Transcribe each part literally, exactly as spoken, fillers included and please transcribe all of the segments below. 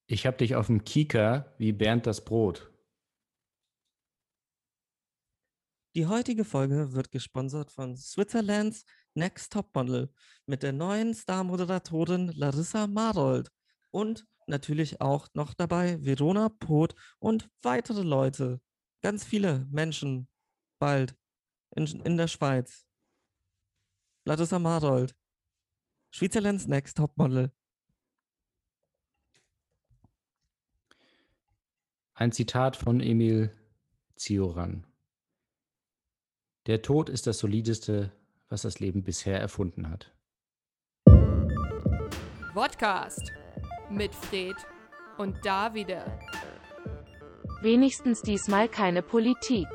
Ich hab dich auf dem Kieker wie Bernd das Brot. Die heutige Folge wird gesponsert von Switzerlands Next Top Model mit der neuen Star-Moderatorin Larissa Marold und natürlich auch noch dabei Verona Poth und weitere Leute. Ganz viele Menschen bald in, in der Schweiz. Larissa Marold, Switzerlands Next Top Model. Ein Zitat von Emil Cioran. Der Tod ist das Solideste, was das Leben bisher erfunden hat. Podcast mit Fred und Davide. Wenigstens diesmal keine Politik.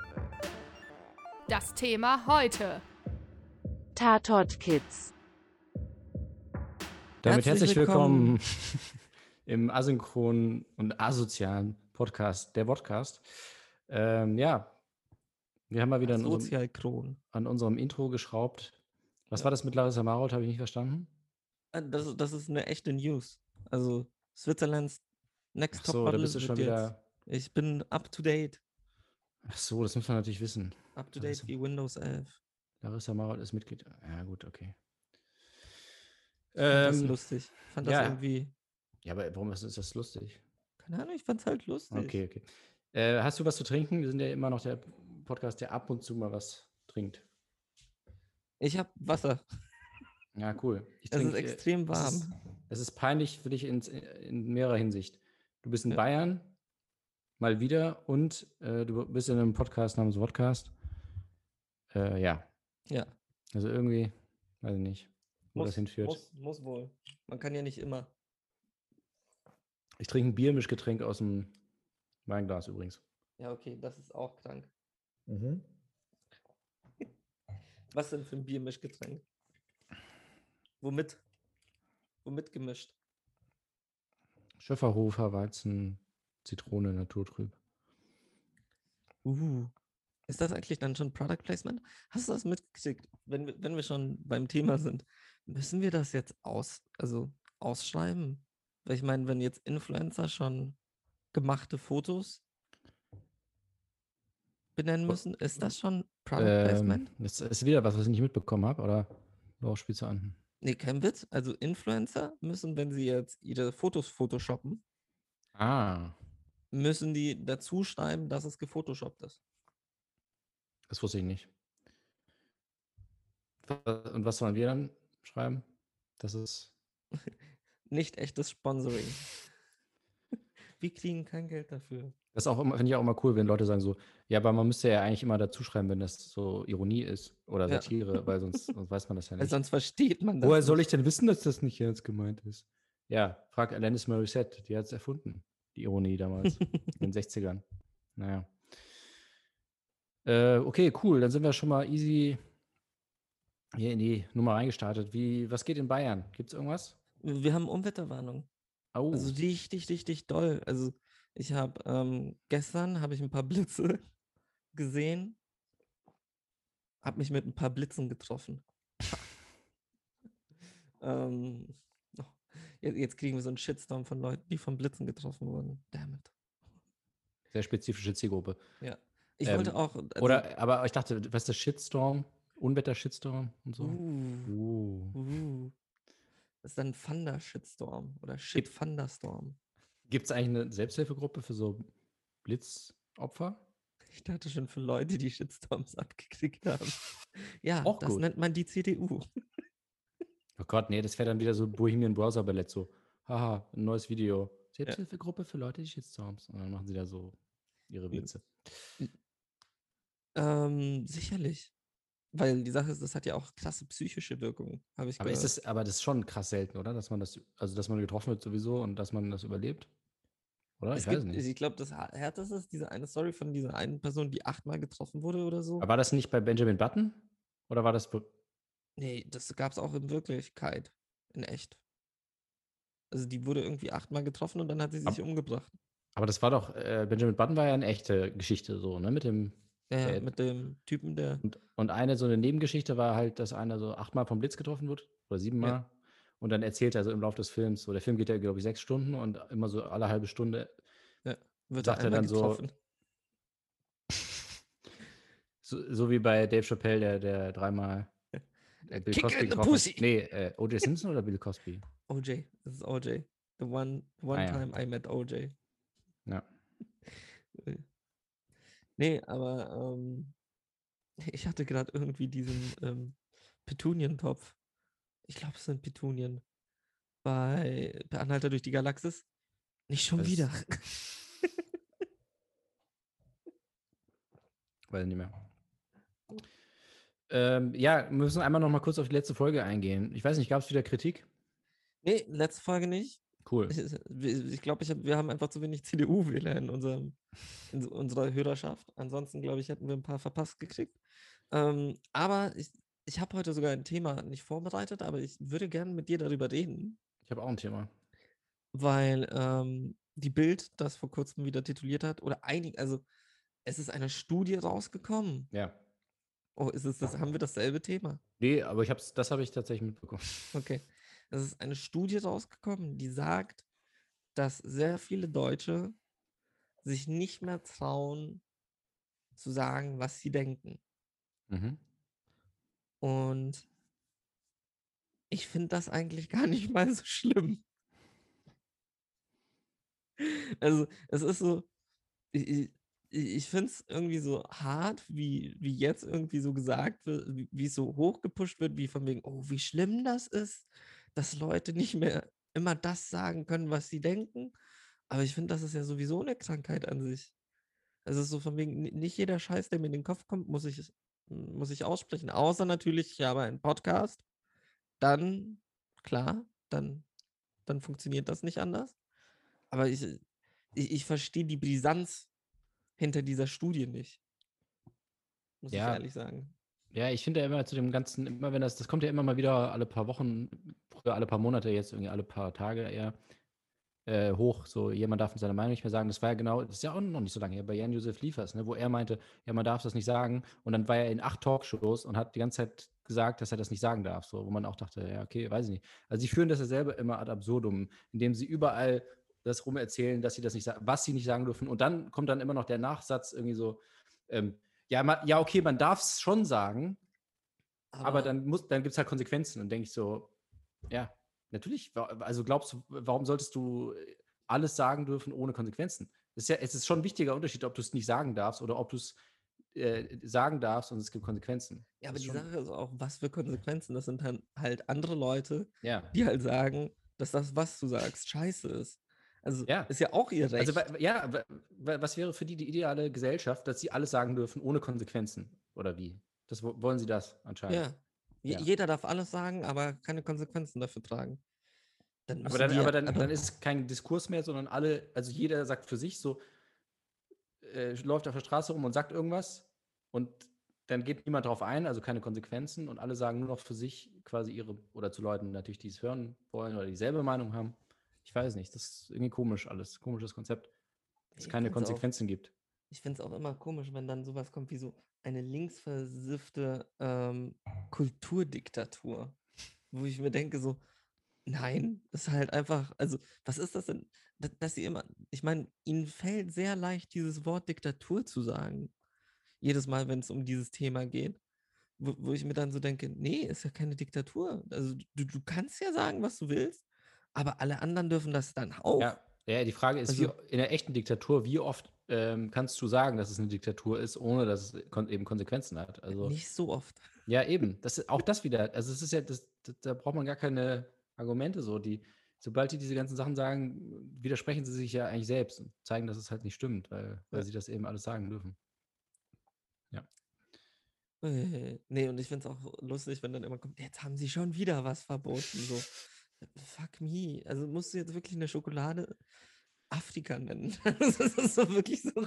Das Thema heute. Tatort Kids. Damit herzlich, Herzlich willkommen, willkommen. im asynchronen und asozialen Podcast, der Podcast. Ähm, ja, wir haben mal wieder an unserem, Sozialkron. an unserem Intro geschraubt. Was Ja. war das mit Larissa Marold? Habe ich nicht verstanden. Äh, Das, ist- das ist eine echte News. Also Switzerlands Next Ach Top so, da Model bist du wird schon jetzt. wieder. Ich bin up to date. Ach so, das muss man natürlich wissen. Up to Larissa, date wie Windows elf. Larissa Marold ist Mitglied. Ja, gut, okay. Ich fand das Ähm, lustig. Ich fand ja. das irgendwie. Ja, aber warum ist ist das lustig? Keine Ahnung, ich fand's halt lustig. Okay, okay. Äh, hast du was zu trinken? Wir sind ja immer noch der Podcast, der ab und zu mal was trinkt. Ich hab Wasser. Ja, cool. Ich Es ist trink, äh, extrem Es warm. ist, es ist peinlich für dich in, in mehrerer Hinsicht. Du bist in Ja. Bayern, mal wieder, und äh, du bist in einem Podcast namens Podcast. Äh, ja, Ja. also irgendwie, weiß ich nicht, wo das Muss, hinführt. muss, muss wohl. Man kann ja nicht immer. Ich trinke ein Biermischgetränk aus dem Weinglas übrigens. Ja, okay, das ist auch krank. Mhm. Was denn für ein Biermischgetränk? Womit? Womit gemischt? Schöfferhofer, Weizen, Zitrone, Naturtrüb. Uh. Ist das eigentlich dann schon Product Placement? Hast du das mitgekriegt? Wenn wir, wenn wir schon beim Thema sind, müssen wir das jetzt aus, also ausschreiben? Weil ich meine, wenn jetzt Influencer schon gemachte Fotos benennen müssen, ist das schon Product Ähm, Placement? das ist wieder was, was ich nicht mitbekommen habe, oder? Worauf spielst du an? Nee, kein Witz. Also Influencer müssen, wenn sie jetzt ihre Fotos photoshoppen, Ah, müssen die dazu schreiben, dass es gefotoshoppt ist. das wusste ich nicht. Und was sollen wir dann schreiben? Das ist. Nicht echtes Sponsoring. Wir kriegen kein Geld dafür. Das ist auch immer, finde ich auch immer cool, wenn Leute sagen so, ja, aber man müsste ja eigentlich immer dazu schreiben, wenn das so Ironie ist oder Ja. Satire, weil sonst, sonst weiß man das ja Weil nicht. sonst versteht man das Woher soll ich nicht. denn wissen, dass das nicht ernst gemeint ist? Ja, frag Alanis Morissette, die hat es erfunden, die Ironie damals, in den sechzigern. Naja. Äh, okay, cool, dann sind wir schon mal easy hier in die Nummer reingestartet. Wie, was geht in Bayern? Gibt es irgendwas? Wir haben Unwetterwarnung. Oh, Also richtig, richtig doll. Also ich habe ähm, gestern habe ich ein paar Blitze gesehen, habe mich mit ein paar Blitzen getroffen. ähm, oh, jetzt, jetzt kriegen wir so einen Shitstorm von Leuten, die von Blitzen getroffen wurden. Damn it. sehr spezifische Zielgruppe. Ja. Ich Ähm, wollte auch. Also, Oder, aber ich dachte, was ist der Shitstorm? Unwetter-Shitstorm und so? Uh, Uh. uh. Das ist dann Thunder-Shitstorm oder Gibt Shit-Thunder-Storm. es eigentlich eine Selbsthilfegruppe für so Blitzopfer? Ich dachte schon für Leute, die Shitstorms abgekriegt haben. Ja, Auch das gut. nennt man die C D U. Oh Gott, nee, das wäre dann wieder so Bohemian Browser Ballett, so, haha, ein neues Video. Selbsthilfegruppe für Leute, die Shitstorms. Und dann machen sie da so ihre Blitze. Ähm, sicherlich. Weil die Sache ist, das hat ja auch krasse psychische Wirkungen, habe ich Aber ist gehört. das, aber das ist schon krass selten, oder? Dass man das, also dass man getroffen wird sowieso und dass man das überlebt? Oder? Es Ich weiß gibt, nicht. ich glaube, das härteste ist diese eine Story von dieser einen Person, die achtmal getroffen wurde oder so. Aber war das nicht bei Benjamin Button? Oder war das. Nee, das gab es auch in Wirklichkeit. In echt. Also die wurde irgendwie achtmal getroffen und dann hat sie sich Ab- umgebracht. Aber das war doch, äh, Benjamin Button war ja eine echte Geschichte, so, ne? Mit dem. Ja, ja, der, mit dem Typen, der. und, und eine so eine Nebengeschichte war halt, dass einer so achtmal vom Blitz getroffen wird. Oder siebenmal. Ja. Und dann erzählt er so im Laufe des Films, so der Film geht ja, glaube ich, sechs Stunden und immer so alle halbe Stunde Ja, wird sagt er er einmal dann so, getroffen. so, so wie bei Dave Chappelle, der, der dreimal äh, Bill Kick Cosby in the getroffen pussy. hat. Nee, äh, O J Simpson oder Bill Cosby? O J, das ist O J. The one, one Ah, ja. time I met O J. Ja. Nee, aber ähm, ich hatte gerade irgendwie diesen ähm, Petunientopf. Ich glaube, es sind Petunien. Bei Per Anhalter durch die Galaxis. Nicht schon Das- wieder. Weiß nicht mehr. Ähm, ja, wir müssen einmal noch mal kurz auf die letzte Folge eingehen. Ich weiß nicht, gab es wieder Kritik? Nee, letzte Folge nicht. Cool. Ich glaube, ich glaub, ich hab, wir haben einfach zu wenig C D U-Wähler in, unserem, in so- unserer Hörerschaft. Ansonsten, glaube ich, hätten wir ein paar verpasst gekriegt. Ähm, aber ich, ich habe heute sogar ein Thema nicht vorbereitet, aber ich würde gerne mit dir darüber reden, Ich habe auch ein Thema. weil ähm, die Bild das vor kurzem wieder tituliert hat, oder einig, also es ist eine Studie rausgekommen. Ja. Oh, ist es das, haben wir dasselbe Thema? Nee, aber ich hab's, das habe ich tatsächlich mitbekommen. Okay. Es ist eine Studie rausgekommen, die sagt, dass sehr viele Deutsche sich nicht mehr trauen, zu sagen, was sie denken. Mhm. Und ich finde das eigentlich gar nicht mal so schlimm. Also, es ist so, ich, ich, ich finde es irgendwie so hart, wie, wie jetzt irgendwie so gesagt wird, wie, wie es so hochgepusht wird, wie von wegen, oh, wie schlimm das ist, dass Leute nicht mehr immer das sagen können, was sie denken. Aber ich finde, das ist ja sowieso eine Krankheit an sich. Also, es ist so von wegen, ni- nicht jeder Scheiß, der mir in den Kopf kommt, muss ich, muss ich aussprechen. Außer natürlich, ich habe einen Podcast. Dann, klar, dann, dann funktioniert das nicht anders. Aber ich, ich, ich verstehe die Brisanz hinter dieser Studie nicht. Muss ich Ja. ehrlich sagen. Ja, ich finde ja immer zu dem Ganzen, immer wenn das, das kommt ja immer mal wieder alle paar Wochen, früher alle paar Monate, jetzt irgendwie alle paar Tage eher äh, hoch. So, jemand darf seine Meinung nicht mehr sagen. Das war ja genau, das ist ja auch noch nicht so lange her, bei Jan-Josef Liefers, ne, wo er meinte, ja, man darf das nicht sagen. Und dann war er in acht Talkshows und hat die ganze Zeit gesagt, dass er das nicht sagen darf. So, wo man auch dachte, ja, okay, weiß ich nicht. Also sie führen das ja selber immer ad absurdum, indem sie überall das rumerzählen, dass sie das nicht sagen, was sie nicht sagen dürfen. Und dann kommt dann immer noch der Nachsatz irgendwie so, ähm, ja, ma, ja, okay, man darf es schon sagen, aber, aber dann, muss, dann gibt es halt Konsequenzen. Und denke ich so, ja, natürlich. Also glaubst du, warum solltest du alles sagen dürfen ohne Konsequenzen? Das ist ja, es ist schon ein wichtiger Unterschied, ob du es nicht sagen darfst oder ob du es äh, sagen darfst und es gibt Konsequenzen. Ja, aber das die schon... Sache ist auch, was für Konsequenzen. Das sind dann halt andere Leute, ja. die halt sagen, dass das, was du sagst, scheiße ist. Also ja. ist ja auch ihr Recht. Also ja, was wäre für die die ideale Gesellschaft, dass sie alles sagen dürfen ohne Konsequenzen? Oder wie? Das wollen sie das anscheinend. Ja. ja. Jeder darf alles sagen, aber keine Konsequenzen dafür tragen. Dann aber dann, die, aber dann, aber dann ist kein Diskurs mehr, sondern alle, also jeder sagt für sich so, äh, läuft auf der Straße rum und sagt irgendwas und dann geht niemand drauf ein, also keine Konsequenzen und alle sagen nur noch für sich quasi ihre, oder zu Leuten natürlich, die es hören wollen oder dieselbe Meinung haben. Ich weiß nicht, das ist irgendwie komisch alles, komisches Konzept, dass es keine Konsequenzen auch, gibt. Ich finde es auch immer komisch, wenn dann sowas kommt wie so eine linksversiffte ähm, Kulturdiktatur, wo ich mir denke so, nein, das ist halt einfach, also was ist das denn, dass, dass sie immer, ich meine, ihnen fällt sehr leicht, dieses Wort Diktatur zu sagen, jedes Mal, wenn es um dieses Thema geht, wo, wo ich mir dann so denke, nee, ist ja keine Diktatur, also du, du kannst ja sagen, was du willst, aber alle anderen dürfen das dann auch. Ja, ja die Frage ist, also, wie, in der echten Diktatur, wie oft ähm, kannst du sagen, dass es eine Diktatur ist, ohne dass es kon- eben Konsequenzen hat? Also, nicht so oft. Ja, eben. Das ist auch das wieder. Also es ist ja, das, das, da braucht man gar keine Argumente so. Die, sobald die diese ganzen Sachen sagen, widersprechen sie sich ja eigentlich selbst und zeigen, dass es halt nicht stimmt, weil, weil Ja. sie das eben alles sagen dürfen. Ja. Äh, nee, und ich finde es auch lustig, wenn dann immer kommt, jetzt haben sie schon wieder was verboten. So, fuck me. Also musst du jetzt wirklich eine Schokolade Afrika nennen? Das ist so wirklich so.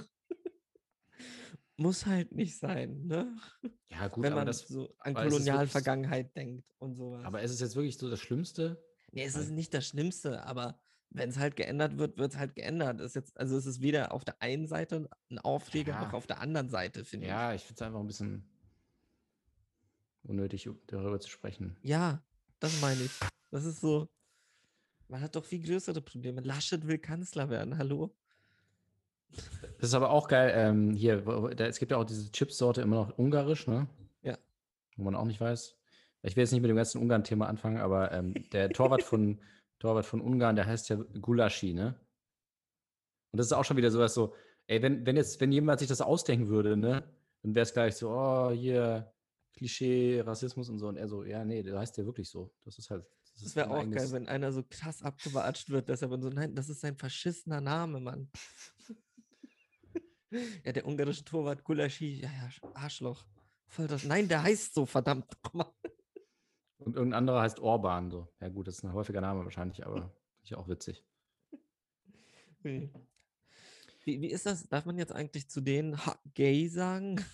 Muss halt nicht sein, ne? Ja, gut, wenn aber man das. so an aber es ist wirklich- Kolonialvergangenheit denkt und sowas. Aber ist es jetzt wirklich so das Schlimmste? Nee, es Weil- ist nicht das Schlimmste, aber wenn es halt geändert wird, wird es halt geändert. Ist jetzt, also es ist weder auf der einen Seite ein Aufreger Ja. noch auf der anderen Seite, finde ich. Ja, ich finde es einfach ein bisschen unnötig, darüber zu sprechen. Ja, das meine ich. Das ist so, man hat doch viel größere Probleme. Laschet will Kanzler werden, hallo? Das ist aber auch geil. Ähm, hier, wo- wo- da, es gibt ja auch diese Chipsorte immer noch ungarisch, ne? Ja. Wo man auch nicht weiß. Ich will jetzt nicht mit dem ganzen Ungarn-Thema anfangen, aber ähm, der Torwart von, Torwart von Ungarn, der heißt ja Gulaschi, ne? Und das ist auch schon wieder sowas so, ey, wenn, wenn jetzt, wenn jemand sich das ausdenken würde, ne, dann wäre es gleich so, oh, hier, Klischee, Rassismus und so. Und er so, ja, nee, der heißt ja wirklich so. Das ist halt, das Das ist wäre ein auch geil, eigenes. wenn einer so krass abgewatscht wird, dass er dann so, nein, das ist sein verschissener Name, Mann. Ja, der ungarische Torwart Gulaschi, ja, ja, Arschloch. Voll das, nein, der heißt so, verdammt. Guck mal. Und irgendein anderer heißt Orban, so. Ja, gut, das ist ein häufiger Name wahrscheinlich, aber ist ja auch witzig. Wie, wie ist das? Darf man jetzt eigentlich zu denen ha, gay sagen?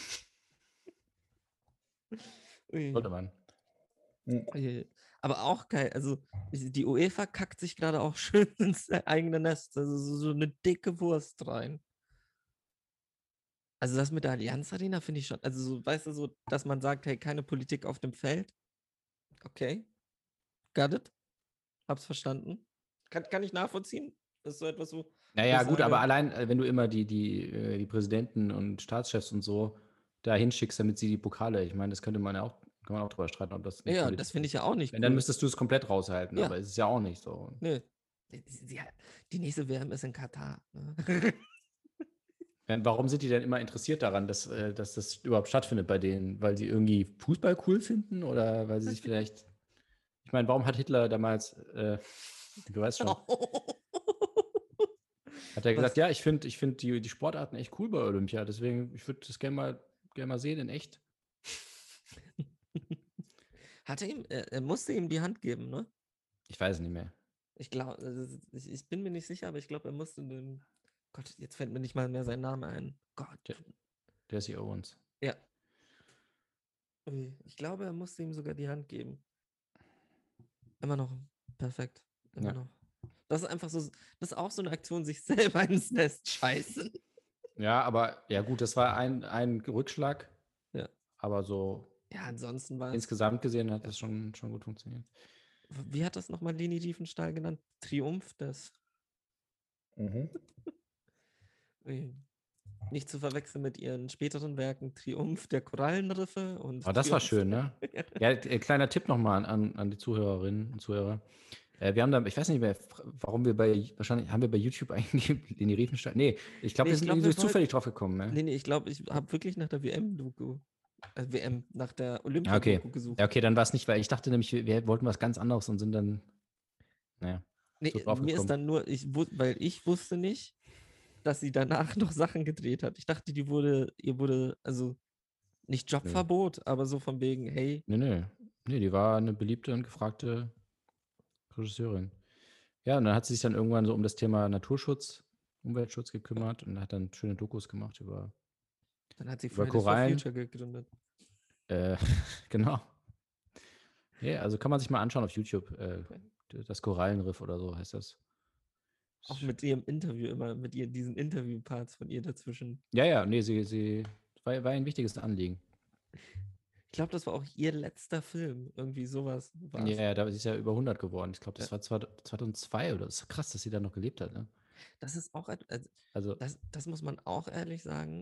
Ui. Sollte man. Ui. Aber auch geil. Also, die UEFA kackt sich gerade auch schön ins eigene Nest. Also, so, so eine dicke Wurst rein. Also, das mit der Allianz Arena finde ich schon. Also, so, weißt du, so, dass man sagt, hey, keine Politik auf dem Feld. Okay. Got it. Hab's verstanden. Kann, kann ich nachvollziehen? Das ist so etwas, wo Naja, ich gut, aber sage, allein, äh, wenn du immer die, die, äh, die Präsidenten und Staatschefs und so da hinschickst, damit sie die Pokale, ich meine, das könnte man ja auch, kann man auch drüber streiten, ob das eine ja, Politik das finde ich ist. ja auch nicht Wenn, dann cool. müsstest du es komplett raushalten, Ja. aber es ist ja auch nicht so. Nö. Die, die, die nächste W M ist in Katar. Ne? Ja, warum sind die denn immer interessiert daran, dass, äh, dass das überhaupt stattfindet bei denen? Weil sie irgendwie Fußball cool finden oder weil sie sich vielleicht. Ich meine, warum hat Hitler damals, äh, du weißt schon, hat er Was? gesagt, ja, ich finde ich find die, die Sportarten echt cool bei Olympia, deswegen, ich würde das gerne mal, gern mal sehen in echt. Hat er ihm, er, er musste ihm die Hand geben, ne? Ich weiß es nicht mehr. Ich glaube, ich, ich bin mir nicht sicher, aber ich glaube, er musste dem. Gott, jetzt fällt mir nicht mal mehr sein Name ein. Gott. Der, Jesse Owens. Ja. Ui, ich glaube, er musste ihm sogar die Hand geben. Immer noch. Perfekt. Immer Ja. noch. Das ist einfach so, das ist auch so eine Aktion, sich selber ins Nest scheißen. Ja, aber ja gut, das war ein, ein Rückschlag. Ja. Aber so Ja, ansonsten war es. insgesamt gesehen hat das schon, schon gut funktioniert. Wie hat das nochmal Leni Riefenstahl genannt? Triumph des. Mhm. Ui. Nicht zu verwechseln mit ihren späteren Werken Triumph der Korallenriffe und. Aber das war Triumph- schön, ne? Ja, äh, kleiner Tipp nochmal an, an die Zuhörerinnen und Zuhörer. Äh, wir haben da, ich weiß nicht mehr, f- warum wir bei, wahrscheinlich haben wir bei YouTube eigentlich in die Riefenstahl. Nee, ich glaube, Nee, wir ich sind glaub, irgendwie wir durch Zufällig drauf gekommen, ne? Nee, nee, ich glaube, ich habe wirklich nach der W M-Doku, äh, W M, nach der Ah, okay. Olympia-Doku gesucht. Ja, okay, dann war es nicht, weil ich dachte nämlich, wir, wir wollten was ganz anderes und sind dann, naja, Nee, so drauf mir ist gekommen. dann nur, ich wus- weil ich wusste nicht, dass sie danach noch Sachen gedreht hat. Ich dachte, die wurde, ihr wurde, also nicht Jobverbot, aber so von wegen, hey, Nee, nee. Nee, die war eine beliebte und gefragte Regisseurin. Ja, und dann hat sie sich dann irgendwann so um das Thema Naturschutz, Umweltschutz gekümmert und hat dann schöne Dokus gemacht über, dann hat sie über Fridays for Korallen. Future gegründet. Äh, genau. Ja, also kann man sich mal anschauen auf YouTube. Äh, das Korallenriff oder so heißt das. Auch mit ihrem Interview immer, mit ihr, diesen Interview-Parts von ihr dazwischen. Ja, ja, nee, sie, sie war, war ein wichtiges Anliegen. Ich glaube, das war auch ihr letzter Film. Irgendwie sowas war Ja, es. ja, da sie ist ja über hundert geworden. Ich glaube, das Ja. war zweitausendzwei oder das ist krass, dass sie da noch gelebt hat. Ne? Das ist auch, et- also, Also, das, das muss man auch ehrlich sagen.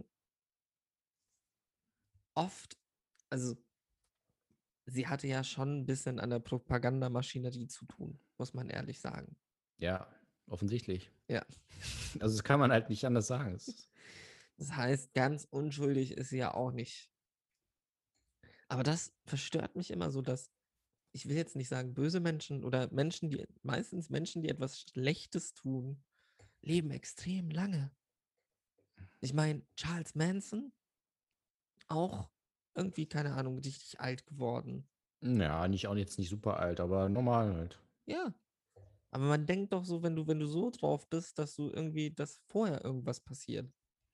Oft, also sie hatte ja schon ein bisschen an der Propagandamaschinerie zu tun, muss man ehrlich sagen. ja, offensichtlich. Ja. Also, das kann man halt nicht anders sagen. Es, Das heißt, ganz unschuldig ist sie ja auch nicht. Aber das verstört mich immer so, dass, ich will jetzt nicht sagen böse Menschen oder Menschen, die, meistens Menschen, die etwas Schlechtes tun, leben extrem lange. Ich meine, Charles Manson, auch irgendwie, keine Ahnung, richtig alt geworden. ja, nicht auch jetzt nicht super alt, aber normal halt. Ja. Aber man denkt doch so, wenn du, wenn du so drauf bist, dass du irgendwie, dass vorher irgendwas passiert.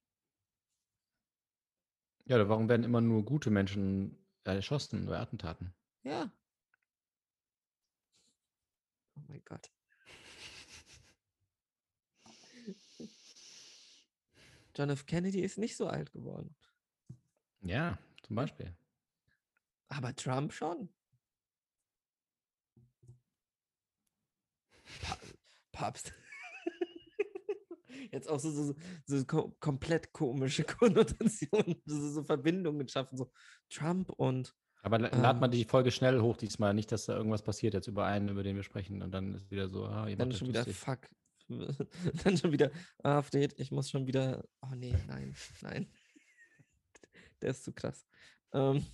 Ja, warum werden immer nur gute Menschen erschossen bei Attentaten? Ja. Oh mein Gott. John F. Kennedy ist nicht so alt geworden. Ja, zum Beispiel. Aber Trump schon. Papst. Jetzt auch so, so, so ko komplett komische Konnotationen, so, so Verbindungen schaffen, so Trump und Aber la- Ähm. lad mal die Folge schnell hoch diesmal, nicht, dass da irgendwas passiert jetzt über einen, über den wir sprechen und dann ist wieder so, ah, ihr dann macht euch schon wieder lustig. fuck. Dann schon wieder, ah, Fred, ich muss schon wieder, oh nee, nein, nein. Der ist zu krass. Ähm.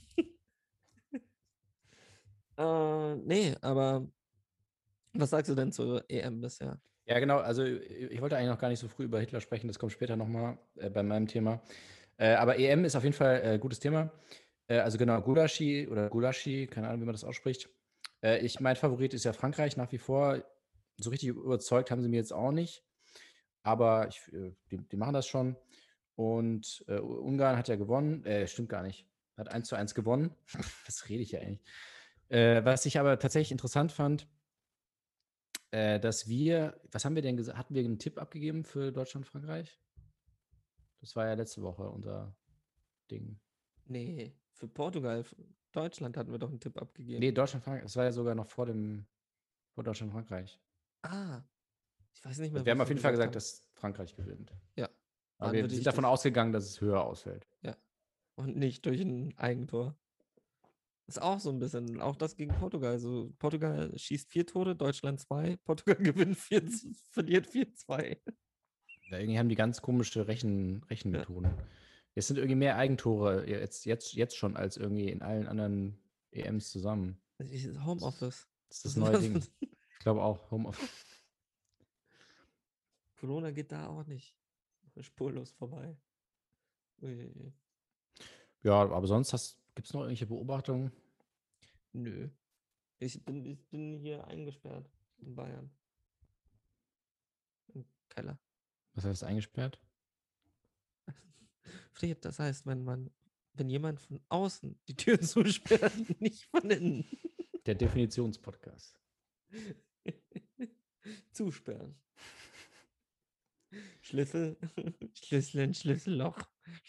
äh, nee, aber was sagst du denn zur E M bisher? Ja, genau, also ich wollte eigentlich noch gar nicht so früh über Hitler sprechen, das kommt später nochmal äh, bei meinem Thema. Äh, aber E M ist auf jeden Fall ein äh, gutes Thema. Äh, also genau, Gulaschi oder Gulaschi, keine Ahnung, wie man das ausspricht. Äh, ich, mein Favorit ist ja Frankreich nach wie vor. So richtig überzeugt haben sie mir jetzt auch nicht. Aber ich, äh, die, die machen das schon. Und äh, Ungarn hat ja gewonnen. Äh, stimmt gar nicht. Hat eins zu eins gewonnen. Was rede ich ja eigentlich? Äh, was ich aber tatsächlich interessant fand, äh, dass wir, was haben wir denn gesagt? Hatten wir einen Tipp abgegeben für Deutschland, Frankreich? Das war ja letzte Woche unser Ding. Nee, für Portugal, für Deutschland hatten wir doch einen Tipp abgegeben. Nee, Deutschland, Frankreich. Das war ja sogar noch vor dem, vor Deutschland, Frankreich. Ah, ich weiß nicht mehr, Wir haben was auf jeden Fall gesagt, haben. dass Frankreich gewinnt. Ja. Aber Dann wir würde ich sind davon das- ausgegangen, dass es höher ausfällt. Ja. Und nicht durch ein Eigentor. Ist auch so ein bisschen, auch das gegen Portugal. So, Portugal schießt vier Tore, Deutschland zwei, Portugal gewinnt vier, verliert vier zwei. Ja, irgendwie haben die ganz komische Rechen, Rechenmethoden. Es sind irgendwie mehr Eigentore jetzt, jetzt, jetzt schon als irgendwie in allen anderen E Ms zusammen. Homeoffice. Das ist das neue was- Ding. Ich glaube auch, Homeoffice. Corona geht da auch nicht spurlos vorbei. Uiuiui. Ja, aber sonst gibt es noch irgendwelche Beobachtungen? Nö. Ich bin, ich bin hier eingesperrt in Bayern. Im Keller. Was heißt eingesperrt? Fred, das heißt, wenn man, wenn jemand von außen die Tür zusperrt, nicht von innen. Der Definitionspodcast. Zusperren. Schlüssel, Schlüssel in Schlüsselloch.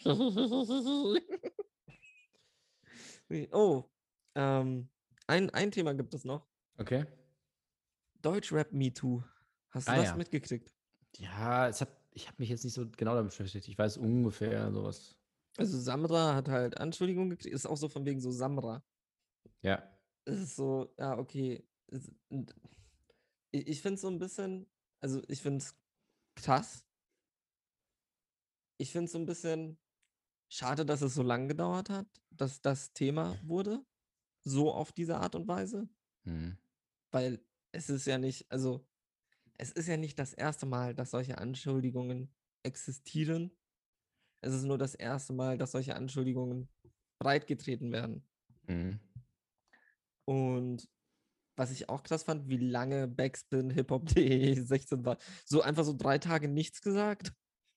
Oh, ähm, ein, ein Thema gibt es noch. Okay. Deutschrap Me Too. Hast du Ah, das ja. mitgekriegt? Ja, es hat, ich habe mich jetzt nicht so genau damit beschäftigt. Ich weiß ungefähr sowas. Also Samra hat halt Anschuldigungen gekriegt. Ist auch so von wegen so Samra. Ja. Es ist so, ja, okay. Es, und ich ich finde es so ein bisschen, also ich finde es krass. Ich finde es so ein bisschen schade, dass es so lange gedauert hat, dass das Thema wurde. So auf diese Art und Weise. Hm. Weil es ist ja nicht, also es ist ja nicht das erste Mal, dass solche Anschuldigungen existieren. Es ist nur das erste Mal, dass solche Anschuldigungen breitgetreten werden. Hm. Und was ich auch krass fand, wie lange Backspin hiphop punkt de sechzehn war. So einfach so drei Tage nichts gesagt.